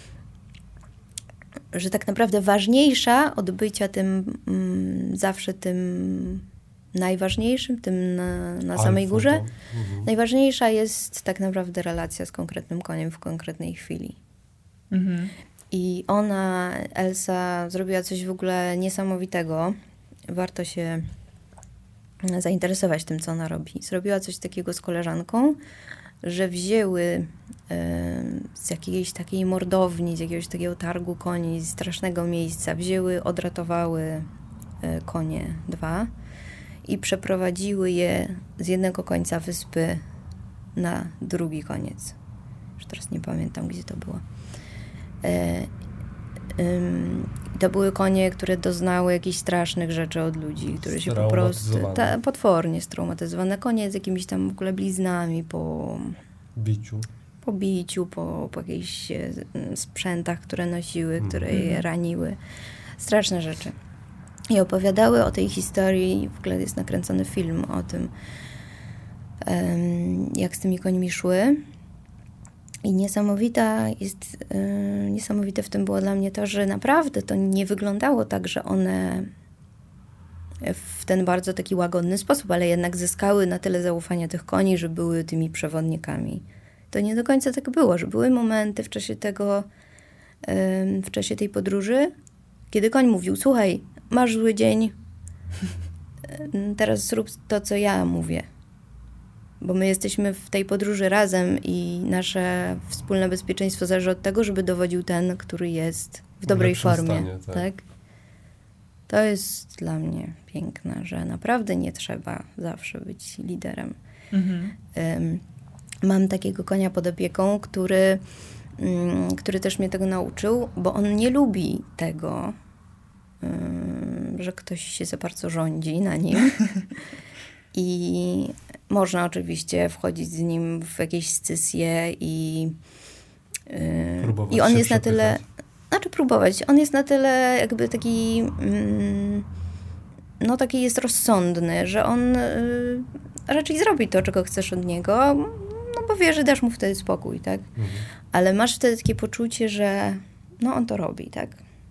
Speaker 3: że tak naprawdę ważniejsza od bycia tym mm, zawsze tym najważniejszym, tym na, na samej górze, mhm. najważniejsza jest tak naprawdę relacja z konkretnym koniem w konkretnej chwili. Mhm. I ona, Elsa, zrobiła coś w ogóle niesamowitego. Warto się zainteresować tym, co ona robi. Zrobiła coś takiego z koleżanką, że wzięły z jakiejś takiej mordowni, z jakiegoś takiego targu koni, z strasznego miejsca, wzięły, odratowały konie dwa i przeprowadziły je z jednego końca wyspy na drugi koniec. Już teraz nie pamiętam, gdzie to było. To były konie, które doznały jakichś strasznych rzeczy od ludzi, które się po prostu ta, potwornie straumatyzowane. Konie z jakimiś tam w ogóle bliznami po biciu. Po biciu, po, po jakichś sprzętach, które nosiły, które mm. je raniły. Straszne rzeczy. I opowiadały o tej historii, w ogóle jest nakręcony film o tym, um, jak z tymi końmi szły. I niesamowita jest, yy, niesamowite w tym było dla mnie to, że naprawdę to nie wyglądało tak, że one w ten bardzo taki łagodny sposób, ale jednak zyskały na tyle zaufania tych koni, że były tymi przewodnikami. To nie do końca tak było, że były momenty w czasie tego, yy, w czasie tej podróży, kiedy koń mówił, słuchaj, masz zły dzień, yy, teraz zrób to, co ja mówię. Bo my jesteśmy w tej podróży razem i nasze wspólne bezpieczeństwo zależy od tego, żeby dowodził ten, który jest w dobrej formie. Stanie, tak. tak? To jest dla mnie piękne, że naprawdę nie trzeba zawsze być liderem. Mhm. Um, mam takiego konia pod opieką, który, um, który też mnie tego nauczył, bo on nie lubi tego, um, że ktoś się za bardzo rządzi na nim. I można oczywiście wchodzić z nim w jakieś scysje i, yy, i on jest na tyle, znaczy próbować, on jest na tyle jakby taki, yy, no taki jest rozsądny, że on yy, raczej zrobi to, czego chcesz od niego, no bo wie, że dasz mu wtedy spokój, tak? Mhm. Ale masz wtedy takie poczucie, że no on to robi, tak?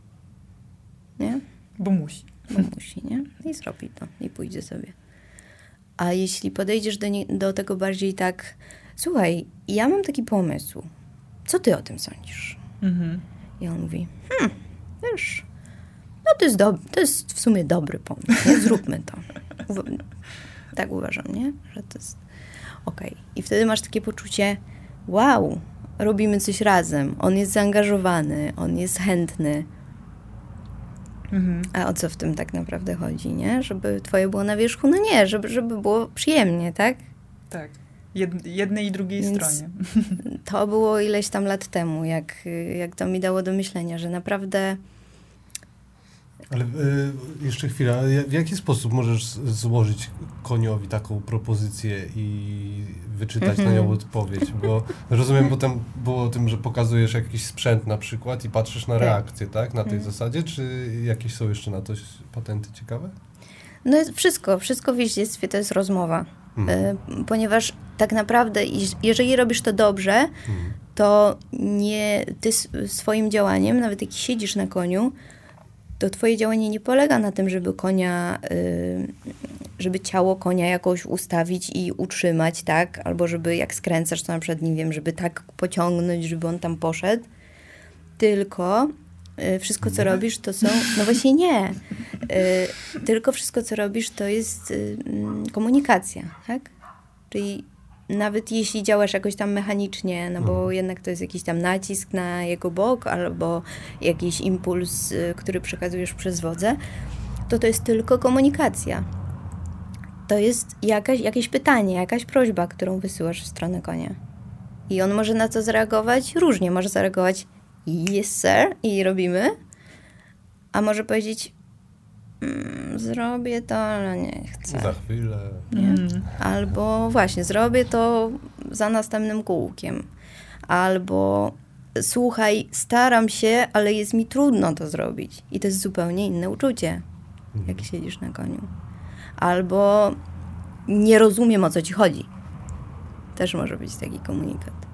Speaker 3: Nie?
Speaker 2: Bo musi.
Speaker 3: Bo musi, nie? I zrobi to i pójdzie sobie. A jeśli podejdziesz do, nie, do tego bardziej tak, słuchaj, ja mam taki pomysł, co ty o tym sądzisz? Mhm. I on mówi, hmm, wiesz, no to jest, do, to jest w sumie dobry pomysł, nie? Zróbmy to. U- tak uważam, nie? Że to jest okej. Okay. I wtedy masz takie poczucie, wow, robimy coś razem, on jest zaangażowany, on jest chętny. Mhm. A o co w tym tak naprawdę chodzi, nie? Żeby twoje było na wierzchu? No nie, żeby, żeby było przyjemnie, tak?
Speaker 2: Tak. Jed, jednej i drugiej Więc stronie.
Speaker 3: To było ileś tam lat temu, jak, jak to mi dało do myślenia, że naprawdę...
Speaker 4: Ale y, jeszcze chwila, w jaki sposób możesz złożyć koniowi taką propozycję i wyczytać mm-hmm. na nią odpowiedź? Bo rozumiem, potem było o tym, że pokazujesz jakiś sprzęt na przykład i patrzysz na tak. reakcję, tak? Na tej mm. zasadzie, czy jakieś są jeszcze na to patenty ciekawe?
Speaker 3: No wszystko, wszystko w jeździectwie to jest rozmowa. Mm. Y, ponieważ tak naprawdę, jeżeli robisz to dobrze, mm. to nie ty swoim działaniem, nawet jak siedzisz na koniu, to twoje działanie nie polega na tym, żeby konia, y, żeby ciało konia jakoś ustawić i utrzymać, tak? Albo żeby jak skręcasz, to na przykład, nie wiem, żeby tak pociągnąć, żeby on tam poszedł. Tylko y, wszystko, co robisz, to są... No właśnie nie. Y, tylko wszystko, co robisz, to jest y, komunikacja, tak? Czyli nawet jeśli działasz jakoś tam mechanicznie, no bo mhm. jednak to jest jakiś tam nacisk na jego bok albo jakiś impuls, który przekazujesz przez wodze, to to jest tylko komunikacja. to jest jakaś, jakieś pytanie, jakaś prośba, którą wysyłasz w stronę konia. I on może na to zareagować różnie. Może zareagować yes sir i robimy, a może powiedzieć mm, zrobię to, ale nie chcę.
Speaker 4: Za chwilę.
Speaker 3: Nie? Albo właśnie, zrobię to za następnym kółkiem. Albo słuchaj, staram się, ale jest mi trudno to zrobić. I to jest zupełnie inne uczucie, jak siedzisz na koniu. Albo nie rozumiem, o co ci chodzi. Też może być taki komunikat.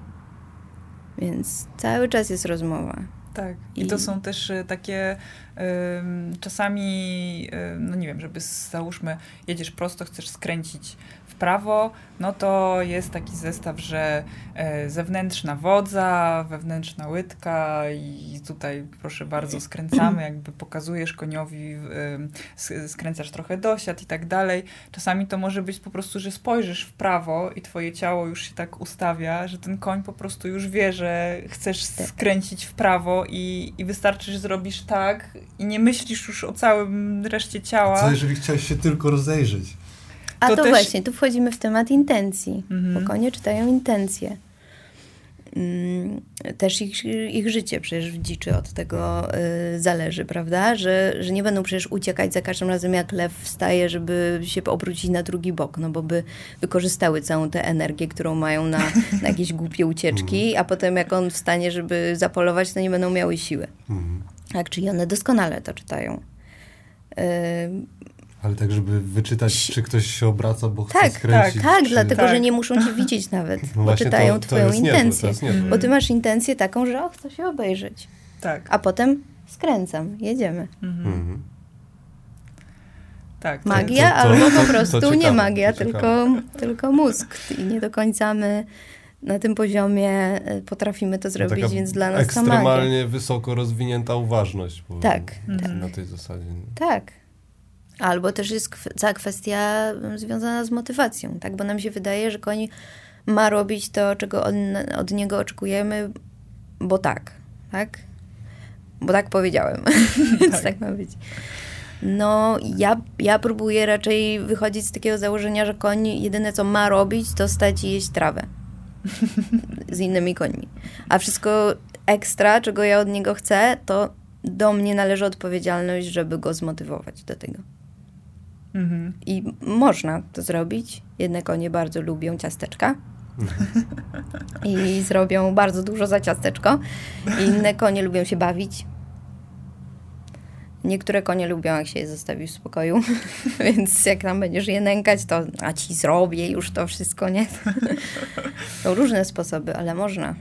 Speaker 3: Więc cały czas jest rozmowa.
Speaker 2: Tak. I, I to są też y, takie y, czasami, y, no nie wiem, żeby załóżmy, jedziesz prosto, chcesz skręcić w prawo, no to jest taki zestaw, że y, zewnętrzna wodza, wewnętrzna łydka i tutaj proszę bardzo skręcamy, jakby pokazujesz koniowi, y, skręcasz trochę dosiad i tak dalej. Czasami to może być po prostu, że spojrzysz w prawo i twoje ciało już się tak ustawia, że ten koń po prostu już wie, że chcesz skręcić w prawo i, i wystarczy, że zrobisz tak i nie myślisz już o całym reszcie ciała.
Speaker 4: A co jeżeli chciałeś się tylko rozejrzeć?
Speaker 3: A to,
Speaker 2: to
Speaker 3: też... właśnie, tu wchodzimy w temat intencji,
Speaker 2: Mhm.
Speaker 3: bo konie czytają intencje. Mm, też ich, ich życie przecież w dziczy od tego y, zależy, prawda? Że, że nie będą przecież uciekać za każdym razem, jak lew wstaje, żeby się obrócić na drugi bok, no bo by wykorzystały całą tę energię, którą mają na, na jakieś głupie ucieczki, a potem jak on wstanie, żeby zapolować, to nie będą miały siły.
Speaker 4: Mhm.
Speaker 3: Tak, czyli one doskonale to czytają. Y,
Speaker 4: Ale tak, żeby wyczytać, czy ktoś się obraca, bo chce
Speaker 3: Tak,
Speaker 4: skręcić.
Speaker 3: tak,
Speaker 4: czy...
Speaker 3: dlatego,
Speaker 2: Tak.
Speaker 3: że nie muszą cię widzieć nawet,
Speaker 4: No
Speaker 3: bo
Speaker 4: właśnie
Speaker 3: czytają
Speaker 4: to, to
Speaker 3: twoją
Speaker 4: jest niezłe,
Speaker 3: intencję.
Speaker 4: to jest niezłe.
Speaker 3: Bo ty masz intencję taką, że o, chcę się obejrzeć.
Speaker 2: Tak.
Speaker 3: A potem skręcam, jedziemy.
Speaker 2: Mhm.
Speaker 4: Mhm.
Speaker 2: Tak. to-
Speaker 3: Magia
Speaker 4: to- to-
Speaker 3: albo
Speaker 4: to-
Speaker 3: po
Speaker 4: to
Speaker 3: prostu
Speaker 4: ciekawe,
Speaker 3: nie magia,
Speaker 4: to
Speaker 3: tylko, tylko mózg. I nie do końca my na tym poziomie y, potrafimy to zrobić,
Speaker 4: Taka
Speaker 3: więc dla nas to magia.
Speaker 4: ekstremalnie wysoko rozwinięta uważność. powiem,
Speaker 3: Tak,
Speaker 2: Mhm.
Speaker 4: Na tej zasadzie.
Speaker 3: Tak. Albo też jest kw- cała kwestia mm, związana z motywacją, tak? Bo nam się wydaje, że koń ma robić to, czego od, od niego oczekujemy, bo tak, tak? Bo tak powiedziałem, więc tak ma być. No, ja, ja próbuję raczej wychodzić z takiego założenia, że koń jedyne, co ma robić, to stać i jeść trawę z innymi końmi. A wszystko ekstra, czego ja od niego chcę, to do mnie należy odpowiedzialność, żeby go zmotywować do tego.
Speaker 2: Mhm.
Speaker 3: I można to zrobić. Jedne konie bardzo lubią ciasteczka i zrobią bardzo dużo za ciasteczko. Inne konie lubią się bawić. Niektóre konie lubią, jak się je zostawi w spokoju, więc jak tam będziesz je nękać, to a ci zrobię już to wszystko, nie? Są różne sposoby, ale można.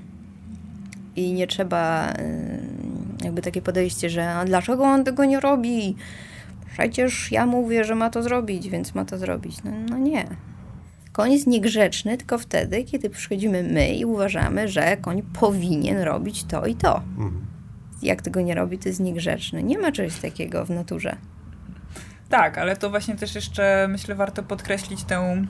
Speaker 3: I nie trzeba y, jakby takie podejście, że a dlaczego on tego nie robi? Przecież ja mówię, że ma to zrobić, więc ma to zrobić. No, no nie. Koń jest niegrzeczny tylko wtedy, kiedy przychodzimy my i uważamy, że koń powinien robić to i to.
Speaker 4: Mhm.
Speaker 2: jak tego nie robi, to jest niegrzeczny. Nie ma czegoś takiego w naturze.
Speaker 3: Tak, ale to właśnie też jeszcze, myślę, warto podkreślić tę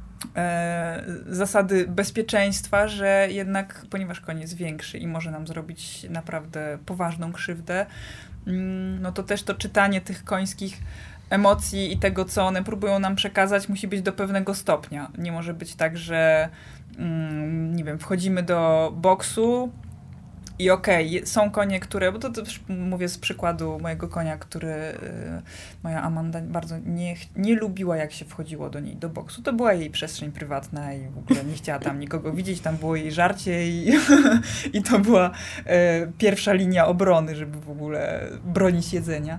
Speaker 3: e, zasady bezpieczeństwa, że jednak, ponieważ koń jest większy i może nam zrobić naprawdę poważną krzywdę, mm, no to też to czytanie tych końskich emocji i tego, co one próbują nam przekazać, musi być do pewnego stopnia. Nie może być tak, że mm, nie wiem, wchodzimy do boksu i okej, okay, są konie, które, bo to też mówię z przykładu mojego konia, który y, moja Amanda bardzo nie, nie lubiła, jak się wchodziło do niej do boksu. To była jej przestrzeń prywatna i w ogóle nie chciała tam nikogo widzieć, tam było jej żarcie i, i to była y, pierwsza linia obrony, żeby w ogóle bronić jedzenia.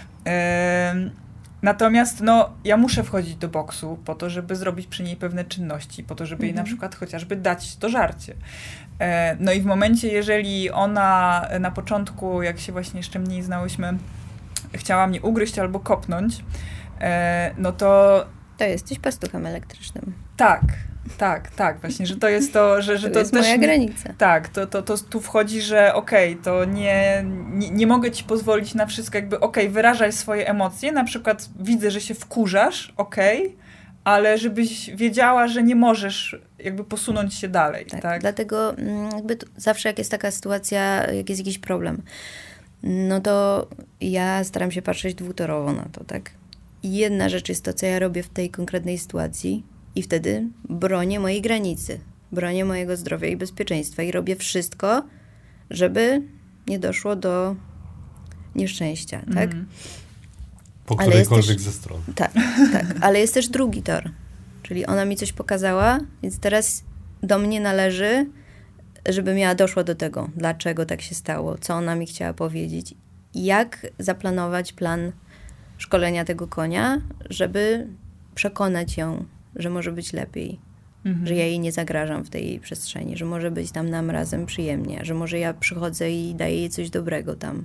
Speaker 3: Y, Natomiast no, ja muszę wchodzić do boksu po to, żeby zrobić przy niej pewne czynności, po to, żeby jej na przykład chociażby dać to żarcie. E, no i w momencie, jeżeli ona na początku, jak się właśnie jeszcze mniej znałyśmy, chciała mnie ugryźć albo kopnąć, e, no to...
Speaker 2: To jesteś pastuchem elektrycznym.
Speaker 3: Tak, tak, tak, właśnie, że to jest to, że, że
Speaker 2: to,
Speaker 3: to
Speaker 2: jest
Speaker 3: też...
Speaker 2: moja granica.
Speaker 3: Tak, to, to, to tu wchodzi, że okej, okay, to nie, nie, nie mogę ci pozwolić na wszystko, jakby okej, okay, wyrażaj swoje emocje, na przykład widzę, że się wkurzasz, okej, okay, ale żebyś wiedziała, że nie możesz jakby posunąć się dalej, tak? tak?
Speaker 2: Dlatego jakby zawsze jak jest taka sytuacja, jak jest jakiś problem, no to ja staram się patrzeć dwutorowo na to, tak?
Speaker 3: I jedna rzecz jest to, co ja robię w tej konkretnej sytuacji i wtedy bronię mojej granicy, bronię mojego zdrowia i bezpieczeństwa i robię wszystko, żeby nie doszło do nieszczęścia, mm. tak?
Speaker 4: Po którejkolwiek ze stron.
Speaker 3: Tak, tak, ale jest też drugi tor, czyli ona mi coś pokazała, więc teraz do mnie należy, żebym ja doszła do tego, dlaczego tak się stało, co ona mi chciała powiedzieć, jak zaplanować plan szkolenia tego konia, żeby przekonać ją, że może być lepiej, mhm. że ja jej nie zagrażam w tej przestrzeni, że może być tam nam razem przyjemnie, że może ja przychodzę i daję jej coś dobrego tam.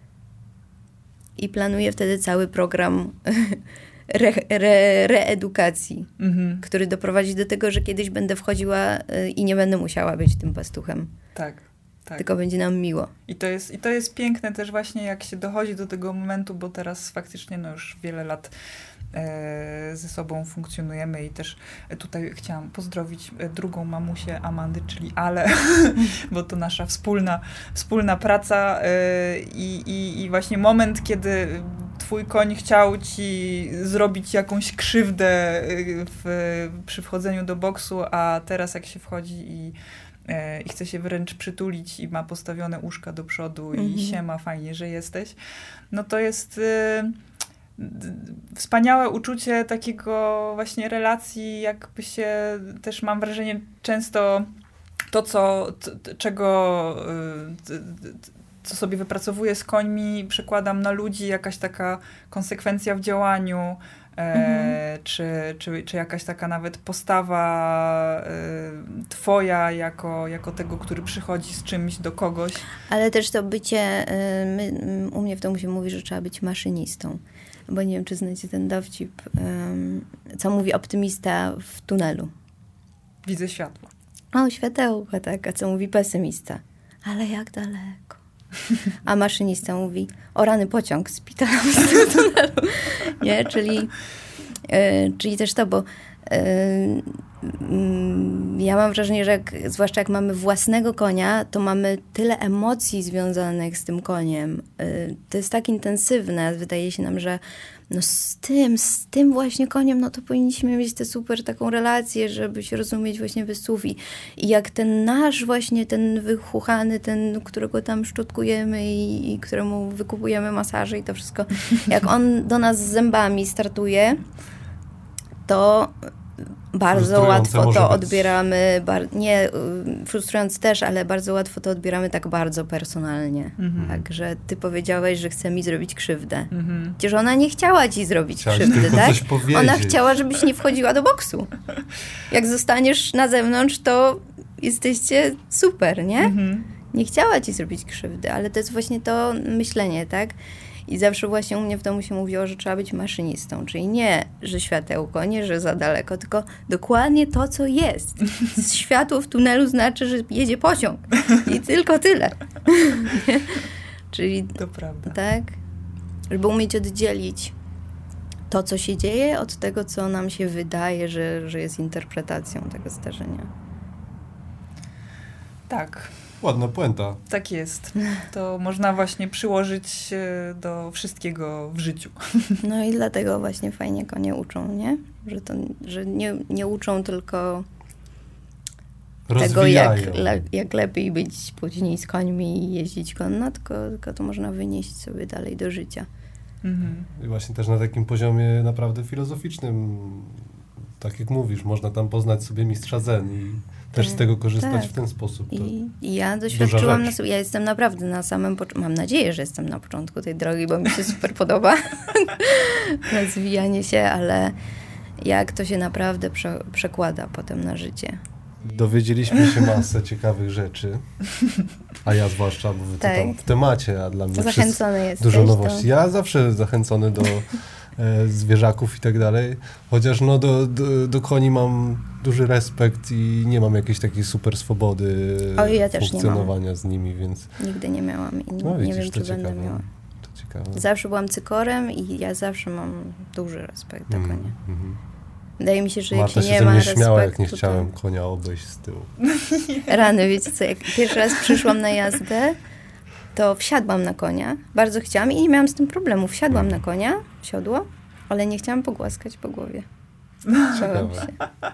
Speaker 3: I planuję wtedy cały program re, re, reedukacji, mhm. który doprowadzi do tego, że kiedyś będę wchodziła i nie będę musiała być tym pastuchem.
Speaker 2: Tak. Tak.
Speaker 3: Tylko będzie nam miło.
Speaker 2: I to jest, i to jest piękne też właśnie, jak się dochodzi do tego momentu, bo teraz faktycznie no już wiele lat e, ze sobą funkcjonujemy i też tutaj chciałam pozdrowić drugą mamusię Amandy, czyli Ale, bo to nasza wspólna, wspólna praca e, i, i, i właśnie moment, kiedy twój koń chciał ci zrobić jakąś krzywdę w, przy wchodzeniu do boksu, a teraz jak się wchodzi i i chce się wręcz przytulić i ma postawione uszka do przodu i mm-hmm. siema, fajnie, że jesteś, no to jest y, wspaniałe uczucie takiego właśnie relacji, jakby się też mam wrażenie często to, co, t, czego y, t, co sobie wypracowuję z końmi, przekładam na ludzi, jakaś taka konsekwencja w działaniu, E, czy, czy, czy jakaś taka nawet postawa e, twoja jako, jako tego, który przychodzi z czymś do kogoś.
Speaker 3: Ale też to bycie, my, u mnie w domu się mówi, że trzeba być maszynistą, bo nie wiem, czy znacie ten dowcip, co mówi optymista w tunelu.
Speaker 2: Widzę światło.
Speaker 3: O, światełko, tak, a co mówi pesymista? Ale jak daleko? A maszynista mówi, o rany, pociąg spitalamy z tego tunelu. Nie, czyli, yy, czyli też to, bo yy, yy, ja mam wrażenie, że jak, zwłaszcza jak mamy własnego konia, to mamy tyle emocji związanych z tym koniem. Yy, to jest tak intensywne, wydaje się nam, że no z tym, z tym właśnie koniem, no to powinniśmy mieć tę super taką relację, żeby się rozumieć właśnie bez słów. I, i jak ten nasz właśnie, ten wychuchany, ten, którego tam szczotkujemy i, i któremu wykupujemy masaże i to wszystko, jak on do nas z zębami startuje, to bardzo łatwo to odbieramy, bar- nie frustrując też, ale bardzo łatwo to odbieramy tak bardzo personalnie. Mm-hmm. Także ty powiedziałeś, że chce mi zrobić krzywdę. Mm-hmm. Przecież ona nie chciała ci zrobić Chciałaś krzywdy, tak? Ona chciała, żebyś nie wchodziła do boksu. Jak zostaniesz na zewnątrz, to jesteście super, nie? Mm-hmm. Nie chciała ci zrobić krzywdy, ale to jest właśnie to myślenie, tak? I zawsze właśnie u mnie w domu się mówiło, że trzeba być maszynistą. Czyli nie, że światełko, nie, że za daleko, tylko dokładnie to, co jest. Światło w tunelu znaczy, że jedzie pociąg. I tylko tyle. Czyli
Speaker 2: to prawda.
Speaker 3: Tak, żeby umieć oddzielić to, co się dzieje, od tego, co nam się wydaje, że, że jest interpretacją tego zdarzenia.
Speaker 2: Tak.
Speaker 4: Ładna puenta.
Speaker 2: Tak jest. To można właśnie przyłożyć do wszystkiego w życiu.
Speaker 3: No i dlatego właśnie fajnie konie uczą, nie? Że, to, że nie, nie uczą tylko
Speaker 4: Rozwijają.
Speaker 3: tego, jak, jak lepiej być później z końmi i jeździć konno, tylko, tylko to można wynieść sobie dalej do życia.
Speaker 4: Mhm. I właśnie też na takim poziomie naprawdę filozoficznym, tak jak mówisz, można tam poznać sobie mistrza zen i też z tego korzystać tak. w ten sposób.
Speaker 3: I, I ja doświadczyłam, na sobie, ja jestem naprawdę na samym początku, mam nadzieję, że jestem na początku tej drogi, bo mi się super podoba rozwijanie się, ale jak to się naprawdę prze, przekłada potem na życie.
Speaker 4: Dowiedzieliśmy się masę ciekawych rzeczy, a ja zwłaszcza, bo wy
Speaker 3: tak.
Speaker 4: to tam w temacie, a dla mnie
Speaker 3: zachęcony jesteś,
Speaker 4: dużo nowości.
Speaker 3: To...
Speaker 4: Ja zawsze zachęcony do e, zwierzaków i tak dalej, chociaż no do, do, do koni mam duży respekt i nie mam jakiejś takiej super swobody
Speaker 3: o, ja
Speaker 4: funkcjonowania z nimi, więc...
Speaker 3: Nigdy nie miałam i
Speaker 4: no,
Speaker 3: nie
Speaker 4: widzisz,
Speaker 3: wiem, czy
Speaker 4: ciekawe.
Speaker 3: będę miała.
Speaker 4: To ciekawe.
Speaker 3: Zawsze byłam cykorem i ja zawsze mam duży respekt do
Speaker 4: mm,
Speaker 3: konia.
Speaker 4: Mm.
Speaker 3: Wydaje mi się, że
Speaker 4: Marta
Speaker 3: jak się nie
Speaker 4: się
Speaker 3: ma
Speaker 4: ze mnie
Speaker 3: respektu,
Speaker 4: śmiała, jak nie
Speaker 3: to...
Speaker 4: chciałem konia obejść z tyłu.
Speaker 3: Rany, wiecie co, jak pierwszy raz przyszłam na jazdę, to wsiadłam na konia, bardzo chciałam i nie miałam z tym problemu. Wsiadłam na konia, siodło Ale nie chciałam pogłaskać po głowie. Chciałam się.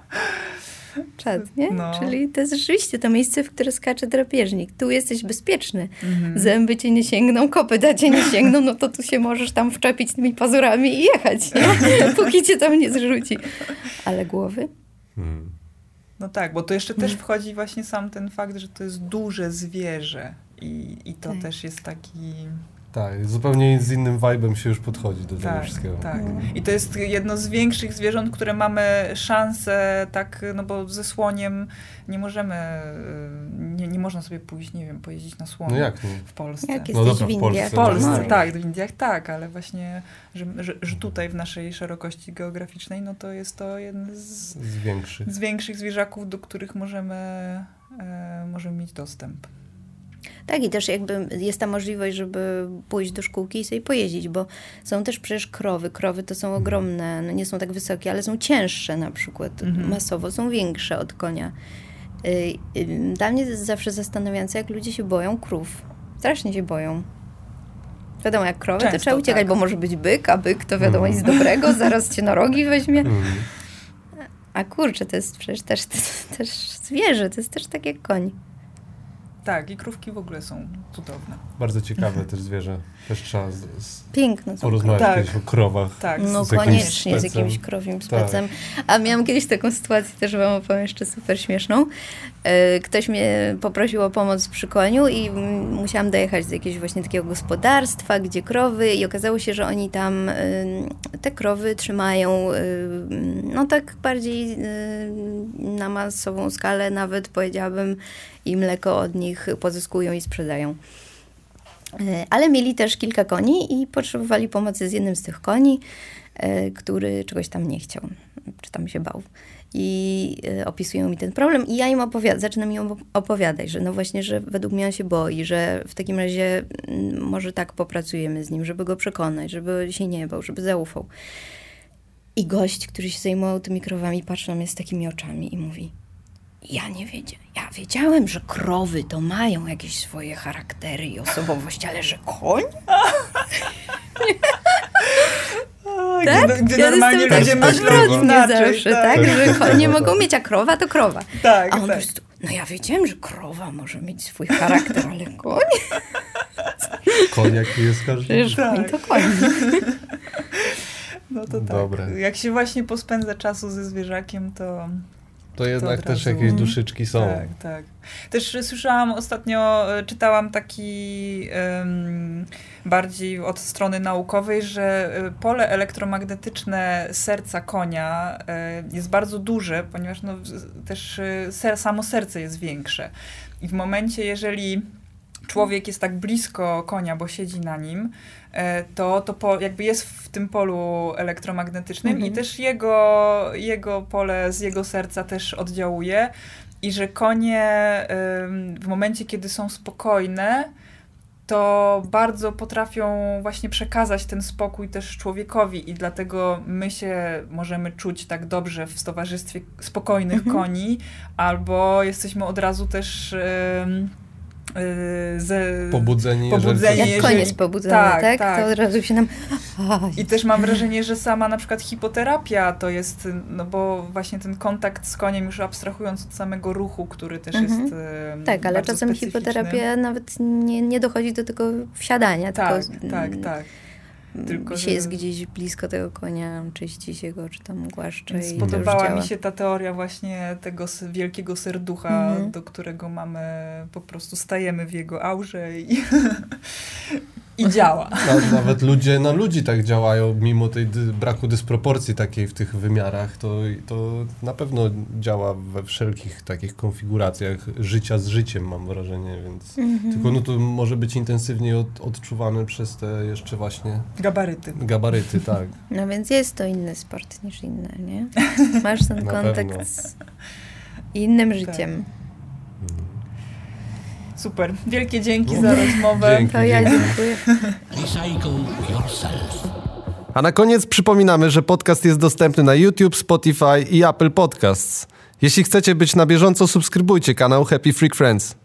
Speaker 3: Czad, nie?
Speaker 2: No.
Speaker 3: Czyli to jest rzeczywiście to miejsce, w które skacze drapieżnik. Tu jesteś bezpieczny.
Speaker 2: Mhm.
Speaker 3: Zęby cię nie sięgną, kopyta cię nie sięgną, no to tu się możesz tam wczepić tymi pazurami i jechać, nie? Póki cię tam nie zrzuci. Ale głowy?
Speaker 4: Hmm.
Speaker 2: No tak, bo to jeszcze też wchodzi właśnie sam ten fakt, że to jest duże zwierzę i, i to
Speaker 3: Tak.
Speaker 2: też jest taki...
Speaker 4: Tak, zupełnie z innym vibe'em się już podchodzi do tego
Speaker 2: Tak,
Speaker 4: wszystkiego.
Speaker 2: tak. I to jest jedno z większych zwierząt, które mamy szansę, tak, no bo ze słoniem nie możemy, nie, nie można sobie pójść, nie wiem, pojeździć na słonie
Speaker 4: No jak nie?
Speaker 2: w Polsce.
Speaker 3: Jak
Speaker 4: No
Speaker 3: jesteś
Speaker 4: dobra,
Speaker 3: w
Speaker 4: w
Speaker 3: Indiach.
Speaker 4: Polsce,
Speaker 2: W Polsce,
Speaker 3: no.
Speaker 2: tak, w Indiach tak, ale właśnie, że, że, że tutaj w naszej szerokości geograficznej, no to jest to jeden z,
Speaker 4: Z większych.
Speaker 2: z większych zwierzaków, do których możemy, e, możemy mieć dostęp.
Speaker 3: Tak, i też jakby jest ta możliwość, żeby pójść do szkółki i sobie pojeździć, bo są też przecież krowy. Krowy to są ogromne, no nie są tak wysokie, ale są cięższe na przykład.
Speaker 2: Mhm.
Speaker 3: Masowo są większe od konia. Y, y, Dla mnie to jest zawsze zastanawiające, jak ludzie się boją krów. Strasznie się boją. Wiadomo, jak krowy,
Speaker 2: Często,
Speaker 3: to trzeba uciekać,
Speaker 2: tak.
Speaker 3: bo może być byk, a byk to wiadomo
Speaker 4: Mhm.
Speaker 3: nic dobrego, zaraz cię na rogi weźmie.
Speaker 4: Mm.
Speaker 3: A kurczę, to jest przecież też, też zwierzę, to jest też tak jak koń.
Speaker 2: Tak, i krówki w ogóle są cudowne.
Speaker 4: Bardzo ciekawe też zwierzę. Też trzeba z, z,
Speaker 3: Piękne są
Speaker 4: porozmawiać
Speaker 2: Tak.
Speaker 4: kiedyś o krowach.
Speaker 2: Tak,
Speaker 3: No
Speaker 4: z jakimś
Speaker 3: koniecznie, z
Speaker 4: specem.
Speaker 3: jakimś krowim
Speaker 4: Tak.
Speaker 3: specem. A miałam kiedyś taką sytuację, też wam opowiem jeszcze super śmieszną. E, Ktoś mnie poprosił o pomoc przy koniu i mm, musiałam dojechać do jakiegoś właśnie takiego gospodarstwa, gdzie krowy i okazało się, że oni tam y, te krowy trzymają y, no tak bardziej y, na masową skalę nawet powiedziałabym i mleko od nich pozyskują i sprzedają. Ale mieli też kilka koni i potrzebowali pomocy z jednym z tych koni, który czegoś tam nie chciał, czy tam się bał. I opisują mi ten problem i ja im opowiadam, zaczynam im opowiadać, że no właśnie, że według mnie on się boi, że w takim razie może tak popracujemy z nim, żeby go przekonać, żeby się nie bał, żeby zaufał. I gość, który się zajmował tymi krowami, patrzy na mnie z takimi oczami i mówi: ja nie wiedziałem. Ja wiedziałem, że krowy to mają jakieś swoje charaktery i osobowość, ale że koń? Tak?
Speaker 2: Gdy, gdy
Speaker 3: Ja
Speaker 2: normalnie
Speaker 3: jestem
Speaker 2: ludzie
Speaker 3: tak
Speaker 2: myślą
Speaker 3: odwrotnie
Speaker 2: inaczej.
Speaker 3: zawsze, tak? Że konie mogą mieć, a krowa to krowa.
Speaker 2: Tak,
Speaker 3: A on po
Speaker 2: tak.
Speaker 3: prostu, no ja wiedziałem, że krowa może mieć swój charakter, ale koń?
Speaker 4: Koń jaki jest każdy.
Speaker 3: Przecież koń
Speaker 2: Tak.
Speaker 3: to koń.
Speaker 2: No to tak.
Speaker 4: Dobre.
Speaker 2: Jak się właśnie pospędza czasu ze zwierzakiem, to...
Speaker 4: To jednak
Speaker 2: od
Speaker 4: też
Speaker 2: razu-
Speaker 4: jakieś duszyczki są.
Speaker 2: Tak, tak. Też słyszałam ostatnio, e, czytałam taki em, bardziej od strony naukowej, że e, pole elektromagnetyczne serca konia e, jest bardzo duże, ponieważ no, w- też e, ser, samo serce jest większe. I w momencie, jeżeli człowiek jest tak blisko konia, bo siedzi na nim, e, to, to po, jakby jest w tym polu elektromagnetycznym
Speaker 3: Mhm.
Speaker 2: i też jego, jego pole z jego serca też oddziałuje i że konie ym, w momencie, kiedy są spokojne, to bardzo potrafią właśnie przekazać ten spokój też człowiekowi i dlatego my się możemy czuć tak dobrze w towarzystwie spokojnych
Speaker 3: Mhm.
Speaker 2: koni, albo jesteśmy od razu też ym, y, z,
Speaker 4: Pobudzeni. jeżeli
Speaker 2: Pobudzeni.
Speaker 4: coś-
Speaker 3: Jak
Speaker 2: jeżeli-
Speaker 3: koń jest pobudzony,
Speaker 2: tak,
Speaker 3: tak?
Speaker 2: tak.
Speaker 3: To od razu się nam...
Speaker 2: I też mam wrażenie, że sama na przykład hipoterapia to jest, no bo właśnie ten kontakt z koniem, już abstrahując od samego ruchu, który też
Speaker 3: Mhm.
Speaker 2: jest em,
Speaker 3: Tak, ale
Speaker 2: bardzo
Speaker 3: czasem
Speaker 2: specyficzny.
Speaker 3: hipoterapia nawet nie, nie dochodzi do tego wsiadania,
Speaker 2: Tak,
Speaker 3: tylko
Speaker 2: tak, tak.
Speaker 3: mm,
Speaker 2: Tylko,
Speaker 3: się
Speaker 2: że-
Speaker 3: jest gdzieś blisko tego konia, czyści się go, czy tam głaszcze
Speaker 2: Więc
Speaker 3: i to już
Speaker 2: podobała
Speaker 3: działa.
Speaker 2: mi się ta teoria właśnie tego s- wielkiego serducha,
Speaker 3: Mhm.
Speaker 2: do którego mamy, po prostu stajemy w jego aurze i, i działa.
Speaker 4: Na, nawet ludzie na ludzi tak działają, mimo tej dy, braku dysproporcji takiej w tych wymiarach, to, to na pewno działa we wszelkich takich konfiguracjach życia z życiem, mam wrażenie, więc
Speaker 3: Mhm.
Speaker 4: tylko no to może być intensywniej od, odczuwany przez te jeszcze właśnie
Speaker 2: Gabaryty.
Speaker 4: gabaryty, tak.
Speaker 3: No więc jest to inny sport niż inne, nie? Masz ten
Speaker 4: Na
Speaker 3: kontakt
Speaker 4: pewno.
Speaker 3: z innym życiem.
Speaker 2: Super. Wielkie dzięki
Speaker 4: No.
Speaker 2: za rozmowę.
Speaker 4: Dzięki.
Speaker 3: To ja
Speaker 4: Dzięki.
Speaker 3: dziękuję.
Speaker 1: Recycle yourself.
Speaker 4: A na koniec przypominamy, że podcast jest dostępny na YouTube, Spotify i Apple Podcasts. Jeśli chcecie być na bieżąco, subskrybujcie kanał Happy Freak Friends.